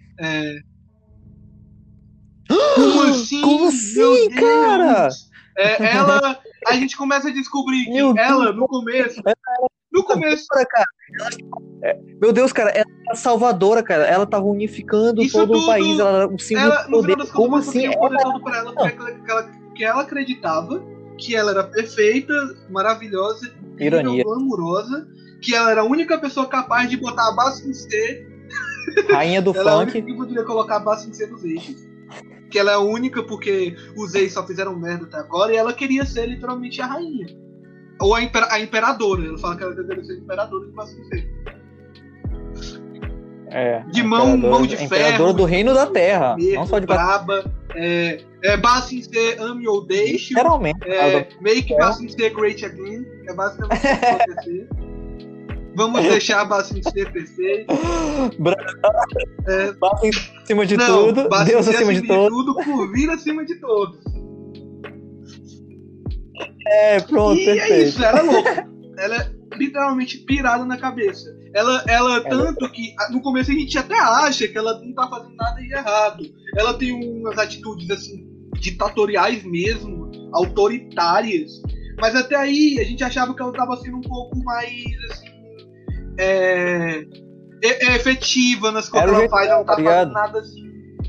Como assim? Como assim, cara? A gente começa a descobrir que ela, no começo... Cara, meu Deus, cara, ela é a salvadora, cara. Ela tava unificando todo o país. Ela era um símbolo de poder. Como assim? Porque ela acreditava que ela era perfeita, maravilhosa, glamurosa, que ela era a única pessoa capaz de botar a Bassin C, rainha do ela funk. Ela é a única que poderia colocar a Bassin C nos eixos. Que ela é a única porque os ex só fizeram merda até agora, e ela queria ser literalmente a rainha. Ou a imperadora. Ela fala que ela deveria ser a imperadora de Bassin C. De mão de ferro. Imperadora do reino da terra. Não só de braba. Bassin C, ame ou deixe. Literalmente. Make Bassin C great again. É basicamente o que vai acontecer. Vamos deixar a Bassin C perfeito. Bassin acima de tudo. Deus acima de tudo. Kuvira acima de todos. Pronto, e perfeito. É isso, ela é louca. Ela é literalmente pirada na cabeça. Ela tanto que no começo a gente até acha que ela não tá fazendo nada de errado. Ela tem umas atitudes assim, ditatoriais mesmo, autoritárias. Mas até aí a gente achava que ela tava sendo um pouco mais assim, é efetiva nas coisas Era o que ela jeito faz, ela não tá dela, fazendo ligado? nada assim.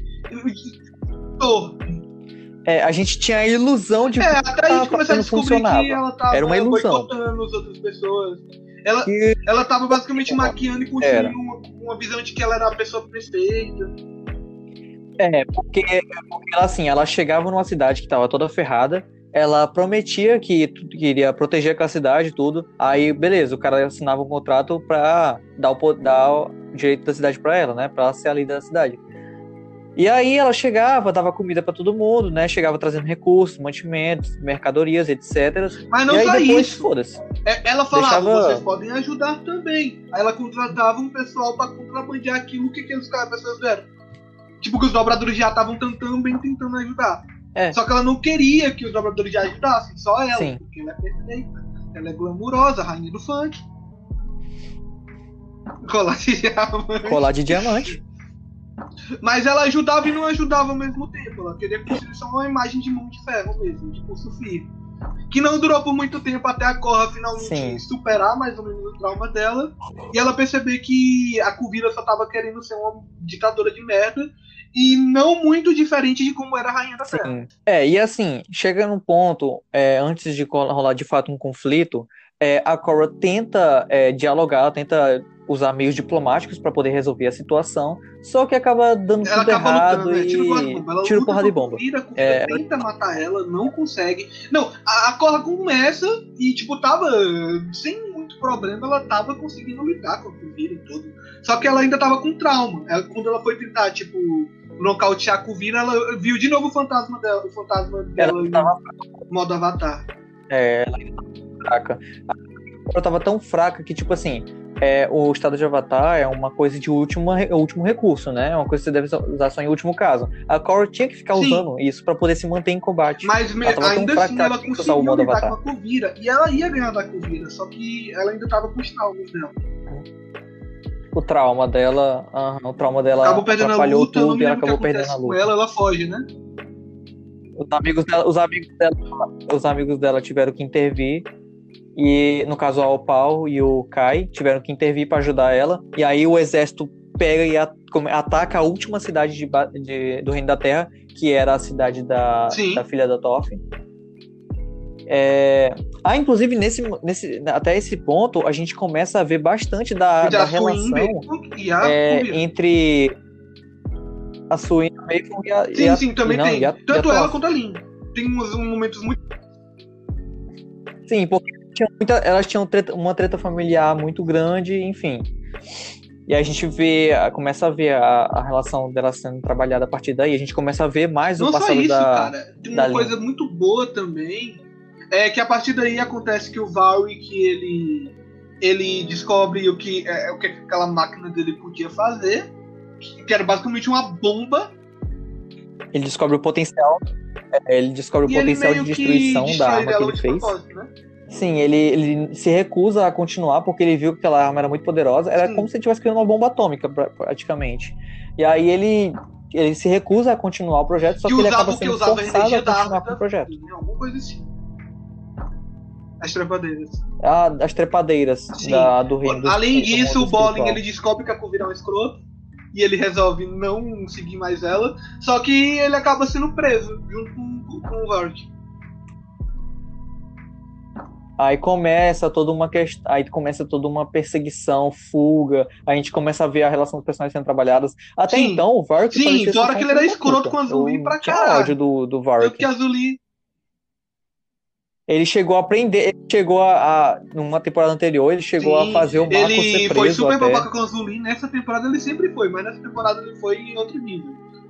Torto. A gente tinha a ilusão de que Até a gente tava começar a fazendo descobrir funcionava. que ela tava Era uma ilusão. boicotando as outras pessoas. Ela, E ela tava basicamente maquiando e Era. construindo uma visão de que ela era a pessoa perfeita. Porque ela, assim, ela chegava numa cidade que tava toda ferrada, ela prometia que iria proteger aquela cidade e tudo, aí beleza, o cara assinava um contrato pra dar o direito da cidade pra ela, né, pra ela ser a líder da cidade. E aí ela chegava, dava comida pra todo mundo, né, chegava trazendo recursos, mantimentos, mercadorias, etc. Mas não E aí só depois, isso. foda-se. Ela falava, Deixava- vocês podem ajudar também. Aí ela contratava um pessoal pra contrabandear aquilo que aqueles pessoas fizeram. Tipo, que os dobradores já estavam também tentando ajudar. Só que ela não queria que os dobradores já ajudassem, só ela. Sim. Porque ela é perfeita. Ela é glamurosa, rainha do funk. Colar de diamante. Mas ela ajudava e não ajudava ao mesmo tempo. Ela queria construir só uma imagem de mão de ferro mesmo, de pulso firme. Que não durou por muito tempo até a Korra finalmente Sim. superar mais ou menos o trauma dela. E ela perceber que a Kuvira só tava querendo ser uma ditadora de merda. E não muito diferente de como era a Rainha da Terra. Sim. E assim, chega num ponto, antes de rolar de fato um conflito, a Korra tenta dialogar, ela tenta usar meios diplomáticos para poder resolver a situação, só que acaba dando Ela tudo acaba errado lutando, e tira porrada de bomba. A Kuvira tenta matar ela, não consegue. Não, a Korra começa e, tipo, tava sem muito problema, ela tava conseguindo lutar com a Kuvira e tudo. Só que ela ainda tava com trauma. Quando ela foi tentar, tipo, nocautear a Kuvira, ela viu de novo o fantasma dela Ela tava no modo Avatar. ela ainda tava fraca. Ela tava tão fraca que, tipo assim, o estado de Avatar é uma coisa de último recurso, né? É uma coisa que você deve usar só em último caso. A Korra tinha que ficar usando isso pra poder se manter em combate. Mas ainda assim ela conseguiu o modo lidar Avatar. com a Kuvira. E ela ia ganhar da Kuvira, só que ela ainda tava com os traumas dela. O trauma dela Acabou perdendo a atrapalhou luta, eu não tudo me e ela lembro o que acabou perdendo a acontece com luta. ela foge, né? Os amigos dela tiveram que intervir. E no caso a Opal e o Kai tiveram que intervir para ajudar ela. E aí o exército pega e ataca a última cidade do Reino da Terra, que era a cidade da filha da Toph. Inclusive até esse ponto a gente começa a ver bastante da relação entre a Suin, a Meiffel e a... Sim, também tem. Tanto ela quanto a Lin. Tem uns momentos muito... Sim, porque elas tinham uma treta familiar muito grande, enfim. E a gente começa a ver a relação delas sendo trabalhada a partir daí. A gente começa a ver mais o passado da... Não só isso, cara. Tem uma coisa muito boa também, que a partir daí acontece que o Varrick, ele descobre o que aquela máquina dele podia fazer, que era basicamente uma bomba. Ele descobre o potencial. Ele descobre o potencial de destruição da arma que ele fez. Né? Sim, ele se recusa a continuar porque ele viu que aquela arma era muito poderosa. Era como se ele estivesse criando uma bomba atômica, praticamente. E aí ele se recusa a continuar o projeto, só que ele acaba sendo forçado a continuar com o projeto. Alguma coisa assim. As trepadeiras. As trepadeiras do reino. Além disso, o Bolin ele descobre que a Kuvira é um escroto. E ele resolve não seguir mais ela. Só que ele acaba sendo preso junto com o Varrick. Aí começa toda uma perseguição, fuga. A gente começa a ver a relação dos personagens sendo trabalhadas. Até então, o Varrick... Sim, fora que ele era escroto com a Azuli pra caralho. Tinha ódio do Varrick. Tanto que a Azuli... Ele chegou a aprender, numa temporada anterior, ele chegou a fazer o Mako ser preso. Ele foi super babaca com a Azuli. Nessa temporada ele sempre foi, mas nessa temporada ele foi em outro nível.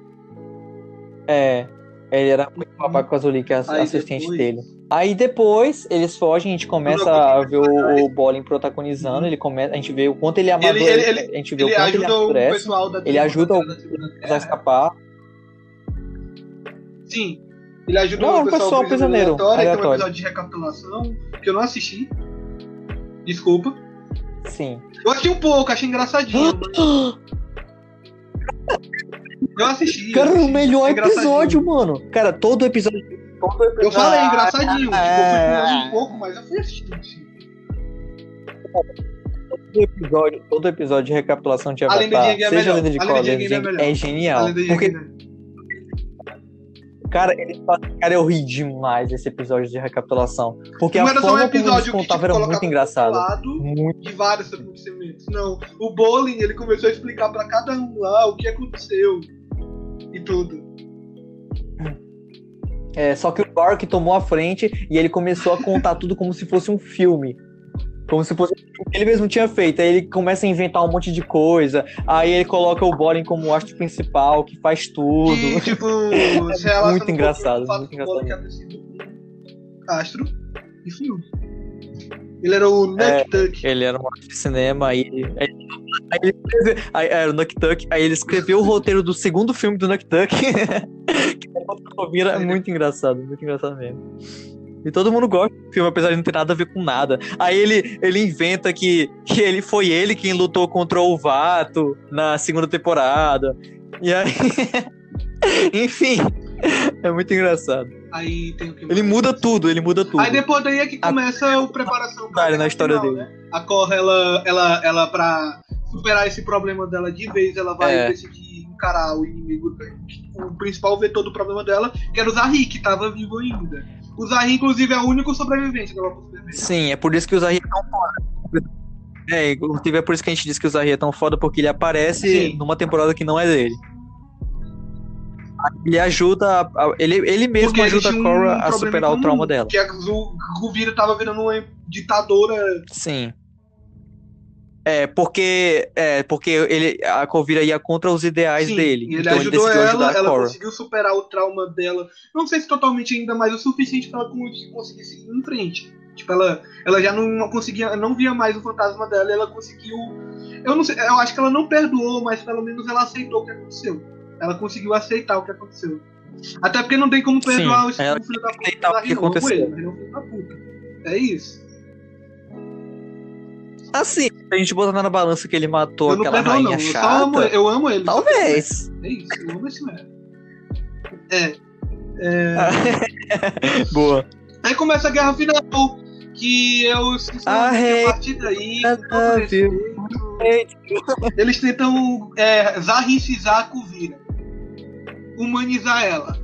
Ele era muito babaca com a Azuli, que é a assistente dele. Aí depois eles fogem, a gente começa a ver o Bolin protagonizando, a gente vê o quanto ele amadurece, a gente vê o quanto ele amadurece, ele ajuda a escapar. Sim, ele ajuda o pessoal prisioneiro. Tem um episódio de recapitulação que eu não assisti. Desculpa. Sim. Eu assisti um pouco, achei engraçadinho. Eu assisti. Cara, o melhor episódio, mano. Cara, todo episódio. Eu falei, engraçadinho. Eu fui um pouco, mas eu fui assistindo. todo episódio de recapitulação de A Lenda de Avatar, Aang é seja a melhor. Lenda de A Korra, Lenda a de Lenda Aang de é Aang melhor. é A genial. Lenda de Porque, Aang é melhor. cara, eu ri demais desse episódio de recapitulação. Porque Não a era só um forma como eles episódio que contavam tipo, era muito colocava engraçada. lado Muito. de vários acontecimentos. Não, o Bolin, ele começou a explicar pra cada um lá o que aconteceu e tudo. Só que o Bark tomou a frente e ele começou a contar tudo como se fosse um filme. Como se fosse o que ele mesmo tinha feito. Aí ele começa a inventar um monte de coisa. Aí ele coloca o Bolin como o astro principal, que faz tudo. E, tipo, se relaciona Muito engraçado, um fato muito do Bolin engraçado. que havia sido um astro e filme. Ele era o Nuktuk. Ele era um astro de cinema, era o Nuktuk, aí ele escreveu o roteiro do segundo filme do Nuktuk. Que é muito engraçado mesmo. E todo mundo gosta do filme, apesar de não ter nada a ver com nada. Aí ele inventa que foi ele quem lutou contra o Vato na segunda temporada. E aí... Enfim, é muito engraçado. Aí tem o que Ele muda tudo. Aí depois daí é que começa a preparação pra na história final, dele. né? A Korra, ela pra superar esse problema dela de vez, ela vai decidir encarar o inimigo, o principal vetor do problema dela, que era o Zahri, que tava vivo ainda. O Zahri, inclusive, é o único sobrevivente da Superman. Sim, é por isso que o Zahri é tão foda. Inclusive é por isso que a gente diz que o Zahri é tão foda, porque ele aparece numa temporada que não é dele. Ele ajuda, ele mesmo porque ajuda a Korra a superar o trauma dela. Que a Kuvira tava virando uma ditadora. Sim. Porque a Kuvira ia contra os ideais dele. E ele então ajudou ele ela Korra. conseguiu superar o trauma dela. Não sei se totalmente ainda, mas o suficiente pra ela conseguir seguir em frente. Tipo, ela já não conseguia, não via mais o fantasma dela, e ela conseguiu. Eu não sei, eu acho que ela não perdoou, mas pelo menos ela aceitou o que aconteceu. Ela conseguiu aceitar o que aconteceu. Até porque não tem como perdoar o filho da puta. O que aconteceu. Ele é um filho da puta. É isso. Assim, se a gente botar na balança que ele matou Eu não aquela perdoo, rainha não. chata... Eu amo ele. Talvez. É isso, eu amo esse merda. Boa. Aí começa a guerra final, que eu sinceramente, a partir daí, com todo respeito, eles tentam zarricizar a Kuvira, humanizar ela.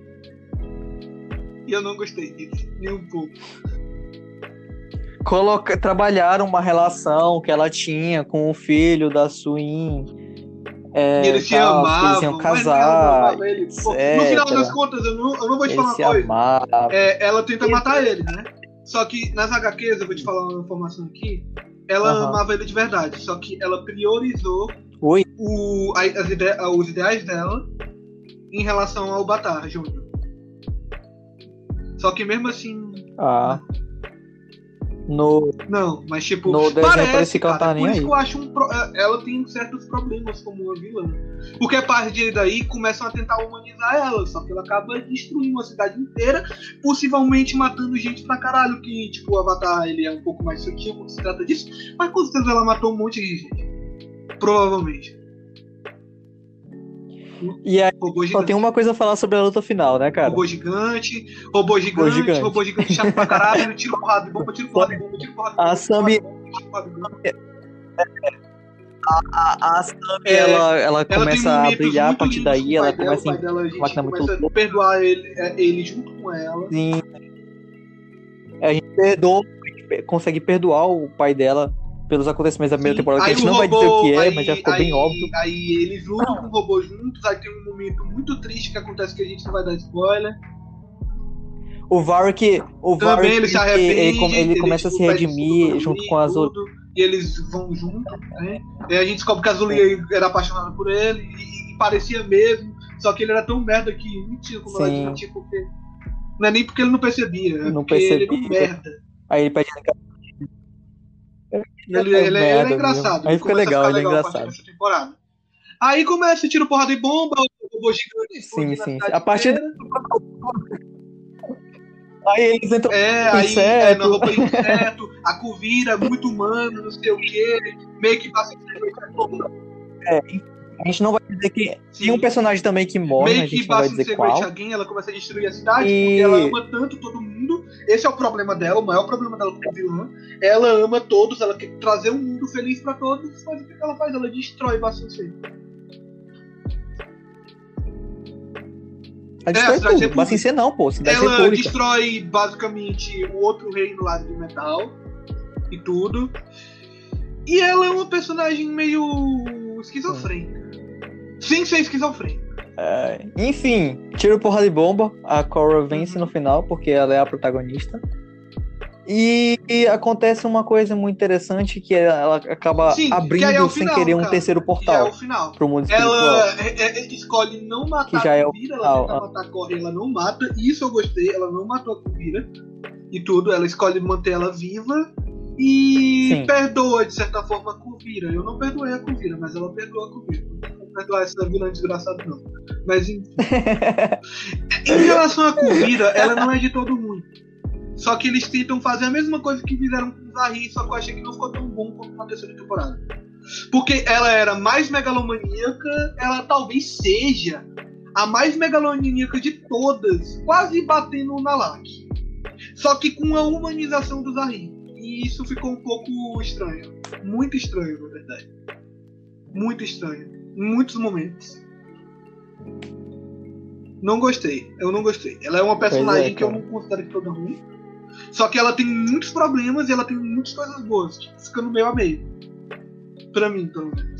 E eu não gostei disso, nem um pouco. Trabalharam uma relação que ela tinha com o filho da Suin. E eles se amavam, eles iam casar. No final das contas, eu não vou te falar uma coisa. Ela tenta matar ele, né? Só que nas HQs, eu vou te falar uma informação aqui, ela amava ele de verdade, só que ela priorizou os ideais dela em relação ao Baatar Júnior. Só que mesmo assim... Não, mas tipo, no parece que ela tá nem por isso aí. que eu acho ela tem certos problemas como uma vilã. Porque a partir daí começam a tentar humanizar ela, só que ela acaba destruindo uma cidade inteira, possivelmente matando gente pra caralho, que tipo, o Avatar ele é um pouco mais sutil quando se trata disso, mas com certeza ela matou um monte de gente. Provavelmente. E aí, só tem uma coisa a falar sobre a luta final, né, cara? Robô gigante chato pra caralho, tiro porrada de bomba, tiro porrada de bomba, tiro porrada de bomba. A Sami, ela começa a brilhar a partir daí, ela começa a perdoar ele junto com ela. Sim. A gente consegue perdoar o pai dela pelos acontecimentos da primeira temporada, que a gente não vai dizer o que é, mas já ficou bem óbvio. Aí eles lutam com o robô juntos, aí tem um momento muito triste que acontece que a gente não vai dar spoiler. O Varric ele se arrepende, ele começa a se redimir junto com a Azul. E eles vão junto, né? E a gente descobre que a Azulia era apaixonada por ele, e parecia mesmo, só que ele era tão merda que não tinha como ela admitir, porque... Não é nem porque ele não percebia, é porque ele é um merda. Aí ele pede... Ele é engraçado. Aí fica legal, ele é engraçado. Aí começa, tira porrada de bomba, o robô gigante. Sim. A partir aí eles entram na roupa de inseto, a Kuvira, muito humano, não sei o que, meio que passa A gente não vai dizer que... Tem um personagem também que morre, meio a gente que não vai basta dizer ser qual. alguém, ela começa a destruir a cidade, E- porque ela ama tanto todo mundo. Esse é o problema dela, o maior problema dela como vilã. Ela ama todos, ela quer trazer um mundo feliz pra todos, mas o que ela faz? Ela destrói bastante. Ela destrói a Cidade tudo. República. Mas sem ser não, pô. Cidade Ela República. destrói basicamente o outro reino lá de metal e tudo. E ela é uma personagem meio esquizofrênica. Sem ser esquizofrênica. Enfim, tiro porra de bomba. A Korra vence no final, porque ela é a protagonista. E acontece uma coisa muito interessante, que ela acaba Sim, que aí é abrindo o sem final, querer no um caso, terceiro que já é portal o final. pro mundo espiritual. Ela escolhe não matar Que já é a o Kuvira, final, ela tenta matar a Korra e ela não mata. Isso eu gostei, ela não matou a Kuvira e tudo. Ela escolhe manter ela viva e Sim. perdoa, de certa forma, a Kuvira. Eu não perdoei a Kuvira, mas ela perdoa a Kuvira. Não tem como perdoar essa vilã desgraçada, não. Mas enfim. Em relação a Kuvira, ela não é de todo ruim. Só que eles tentam fazer a mesma coisa que fizeram com o Zahir, só que eu achei que não ficou tão bom quanto na terceira temporada. Porque ela era mais megalomaníaca, ela talvez seja a mais megalomaníaca de todas, quase batendo na Laki. Só que com a humanização do Zahir. E isso ficou um pouco estranho. Muito estranho, na verdade. Muito estranho. Em muitos momentos. Não gostei. Eu não gostei. Ela é uma personagem que eu não considero que toda ruim. Só que ela tem muitos problemas e ela tem muitas coisas boas. Tipo, ficando meio a meio. Pra mim, pelo menos.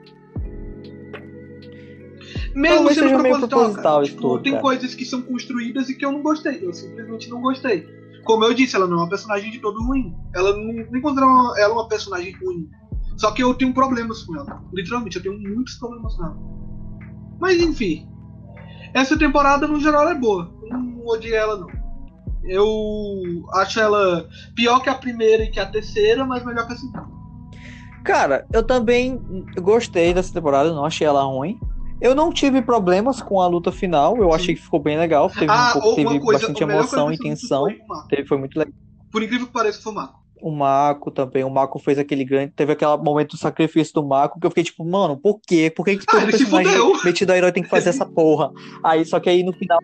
Mesmo sendo proposital, isso tipo, tudo, tem cara. coisas que são construídas e que eu não gostei. Eu simplesmente não gostei. Como eu disse, ela não é uma personagem de todo ruim. Ela não nem considero ela uma personagem ruim. Só que eu tenho problemas com ela. Literalmente, eu tenho muitos problemas com ela. Mas enfim. Essa temporada, no geral, ela é boa. Eu não odiei ela, não. Eu acho ela pior que a primeira e que a terceira, mas melhor que a segunda. Cara, eu também gostei dessa temporada, não achei ela ruim. Eu não tive problemas com a luta final, eu achei que ficou bem legal. Teve, teve bastante emoção e tensão. Foi muito legal. Por incrível que pareça, foi o Mako. O Mako também, o Mako fez aquele grande. Teve aquele momento do sacrifício do Mako que eu fiquei tipo, mano, por quê? Por que todo personagem metido a herói tem que fazer essa porra? Aí, só que aí no final.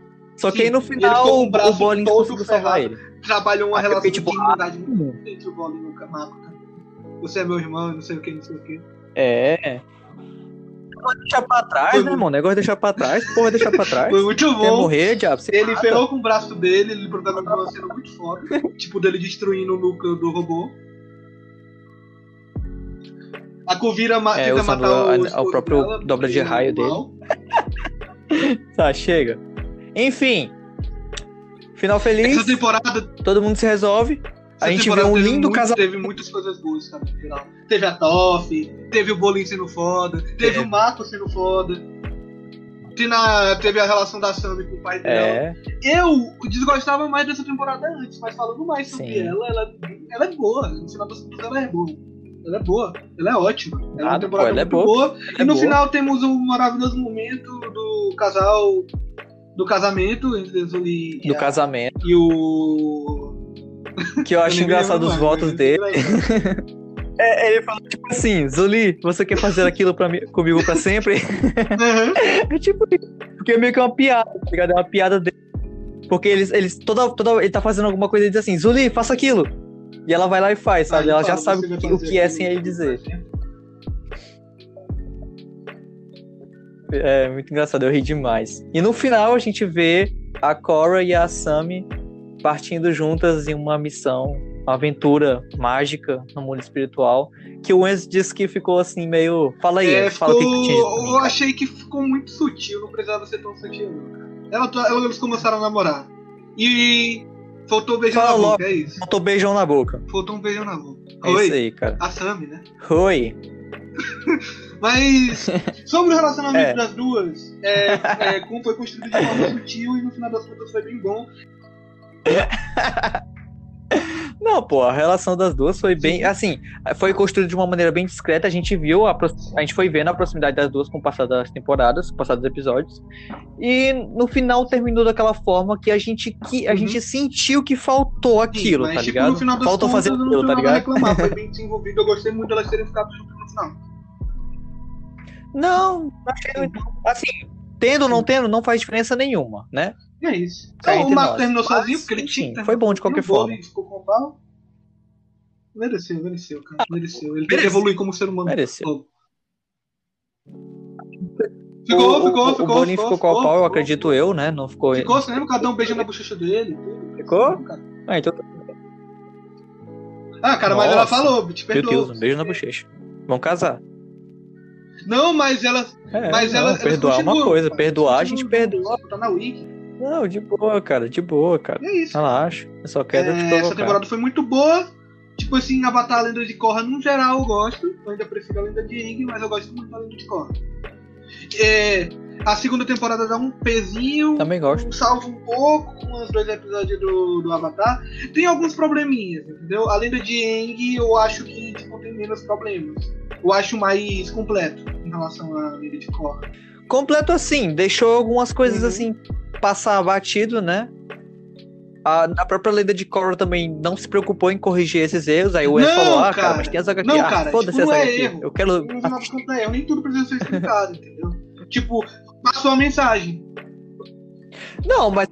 O Bolin conseguiu salvar ele. Trabalhou uma relação tipo, de dignidade muito entre o Bolin e o Mako. Você é meu irmão, não sei o que, não sei o que. Pode deixar pra trás, né, irmão? O negócio é deixar pra trás, porra, deixar pra trás. Foi muito bom. Quer morrer, diabo? Ele ferrou com o braço dele, ele protagonizou uma cena muito foda. Tipo, dele destruindo o núcleo do robô. A Kuvira tenta matar o próprio dobra de raio dele. Tá, chega. Enfim. Final feliz. Essa temporada... Todo mundo se resolve. A gente vê um lindo casamento. Teve muitas coisas boas, cara, no geral. Teve a Toph, teve o Bolin sendo foda, teve o Mako sendo foda. Teve a relação da Sammy com o pai dela. Eu desgostava mais dessa temporada antes, mas falando mais sobre ela é boa. No final das contas, ela é boa. Ela é boa, ela é ótima. Ela é uma temporada muito boa. E no final temos um maravilhoso momento do casal. Do casamento entre a Zuli e o. Que eu acho engraçado os votos dele. Ele fala tipo assim, Zuli, você quer fazer aquilo comigo pra sempre? É tipo, porque é meio que uma piada, tá ligado? É uma piada dele. Porque ele tá fazendo alguma coisa e diz assim, Zuli, faça aquilo. E ela vai lá e faz, sabe? Ela já sabe o que é sem ele dizer. É muito engraçado, eu ri demais. E no final a gente vê a Korra e a Asami partindo juntas em uma missão, uma aventura mágica no mundo espiritual, que o Enzo disse que ficou assim meio... Fala aí, fala o que tinha. Eu achei que ficou muito sutil, não precisava ser tão sutil. Eles começaram a namorar. E faltou beijão na boca, é isso. Faltou beijão na boca. Faltou um beijão na boca. É isso aí, cara. A Asami, né? Oi. Mas sobre o relacionamento das duas, como foi construído de forma sutil e no final das contas foi bem bom. Não, pô, a relação das duas foi bem, assim, foi construída de uma maneira bem discreta. A gente foi vendo a proximidade das duas com o passar das temporadas, com o passar dos episódios, e no final terminou daquela forma que a gente sentiu que faltou aquilo. Sim, mas, tá ligado? No final das faltou contas, fazer aquilo, tá ligado? Reclamar, foi bem desenvolvido, eu gostei muito delas terem ficado juntas no final. Não, achei muito. Assim, tendo ou não tendo, não faz diferença nenhuma, né? É isso. Cá Então, o entre Marco nós. terminou Mas, sozinho, porque ele tinha que enfim, terminar foi bom de sozinho, qualquer o Bobby forma. ficou com o pau. Mereceu, cara. Ele tem que Mereceu. evoluir como ser humano. Mereceu. logo. O Boninho ficou com o pau, eu acredito eu, né? Não ficou. Ficou, você lembra? Cada um beijando na bochecha dele. Ficou? Cara. Ah, então. Ah, cara, mas ela falou, te Meu perdoou. Deus, um beijo na bochecha. Vão casar. Não, mas ela. Não, perdoar é uma coisa, cara. Perdoar a gente perdoa. Tá na Wiki. Não, de boa, cara. É isso. Relaxa. Eu só quero te provocar. Essa temporada foi muito boa. Tipo assim, Avatar, a Lenda de Korra, no geral, eu gosto. Eu ainda prefiro a Lenda de Aang, mas eu gosto muito da Lenda de Korra. A segunda temporada dá um pezinho. Também gosto. Salva um pouco com os 2 episódios do Avatar. Tem alguns probleminhas, entendeu? A Lenda de Aang, eu acho que tipo, tem menos problemas. Eu acho mais completo em relação à Lenda de Korra. Completo assim, deixou algumas coisas assim passar batido, né? A própria Lenda de Korra também não se preocupou em corrigir esses erros. Aí o Wes falou, cara, mas tem as HQ. Não, cara, foda-se tipo, as não HQ. Erro. Eu quero. Não é erro, nem tudo precisa ser explicado, entendeu? Tipo, passou a mensagem. Não, mas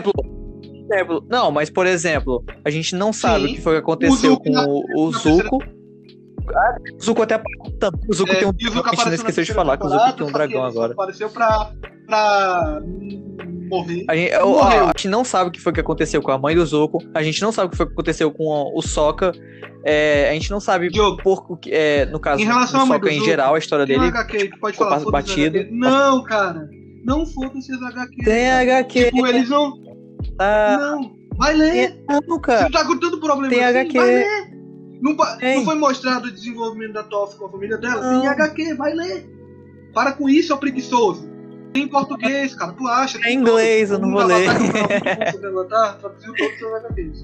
por exemplo, a gente não sabe o que foi que aconteceu com o Zuko. O Zuko até o Zuko tem um dragão, a gente não esqueceu de falar que o Zuko tem um dragão agora. Apareceu pra morrer. A gente não sabe o que foi que aconteceu com a mãe do Zuko. A gente não sabe o que foi que aconteceu com o Sokka. A gente não sabe no caso do Sokka em geral, a história dele pode falar, batido. Não, cara. Não foda-se as HQ. Tem HQ. Tipo, eles não... Não. Vai ler. Não, cara. Você tá com tanto problema tem assim, HQ. vai ler. Não foi mostrado o desenvolvimento da Toph com a família dela? Não. Tem HQ, vai ler. Para com isso, seu preguiçoso. Tem em português, cara. Tu acha? Em inglês, eu não vou ler. Traduziu todos os seus HQs.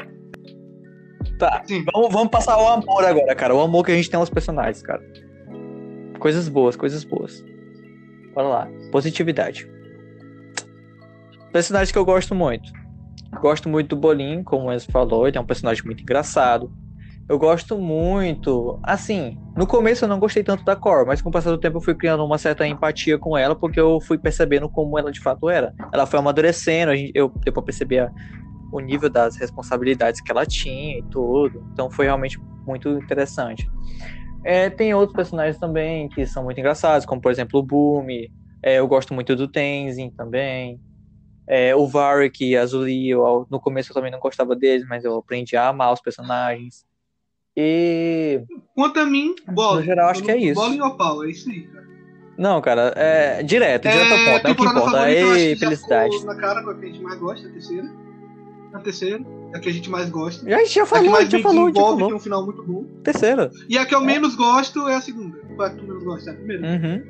Tá, vamos passar o amor agora, cara. O amor que a gente tem aos personagens, cara. Coisas boas. Bora lá. Positividade. Personagem que eu gosto muito. Gosto muito do Bolin, como o Enzo falou. Ele é um personagem muito engraçado. Eu gosto muito... Assim, no começo eu não gostei tanto da Korra, mas com o passar do tempo eu fui criando uma certa empatia com ela, porque eu fui percebendo como ela de fato era. Ela foi amadurecendo, eu deu pra perceber o nível das responsabilidades que ela tinha e tudo. Então foi realmente muito interessante. Tem outros personagens também que são muito engraçados, como por exemplo o Bumi. Eu gosto muito do Tenzin também. O Varric e a Azuli, no começo eu também não gostava deles, mas eu aprendi a amar os personagens. E... Quanto a mim, bola. No geral, acho que é isso. Bola e opal, é isso aí, cara. Não, cara, direto ao ponto. É o que importa. Felicidade. Na cara com a que a gente mais gosta, a terceira. A terceira, é a que a gente mais gosta. A gente já falou, a que mais desenvolve, tem um final muito bom. Terceira. E a que eu menos gosto é a segunda. Qual é a que tu menos gosta? É a primeira?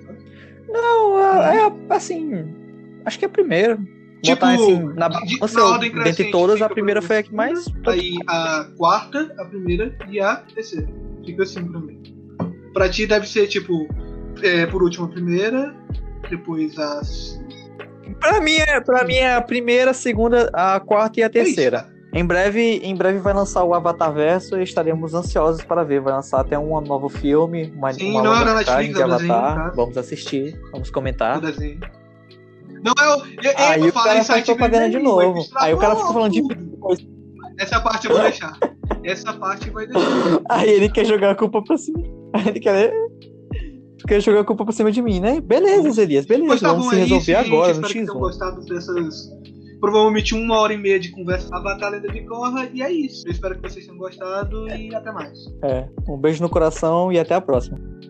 Não, assim... Acho que é a primeira. Tipo, botar assim, na ordem dentre todas, a primeira foi a que mais... Aí a quarta, a primeira e a terceira. Fica assim pra mim. Pra ti deve ser, tipo, por último a primeira, depois as... Pra mim é a primeira, a segunda, a quarta e a terceira. Em breve vai lançar o Avatar Verso e estaremos ansiosos para ver. Vai lançar até um novo filme, uma longa-metragem de Avatar. Desenho, vamos assistir, vamos comentar. Não aí o cara faz propaganda de novo. Aí o cara fica falando de... Essa parte eu vou deixar. Essa parte vai deixar. Aí ele quer jogar a culpa pra cima. Aí ele quer jogar a culpa pra cima de mim, né? Beleza, Elias, beleza. Tá, vamos se resolver agora no X1. Espero que tenham gostado dessas... Provavelmente 1h30 de conversa a Batalha de Korra. E é isso. Eu espero que vocês tenham gostado e até mais. Um beijo no coração e até a próxima.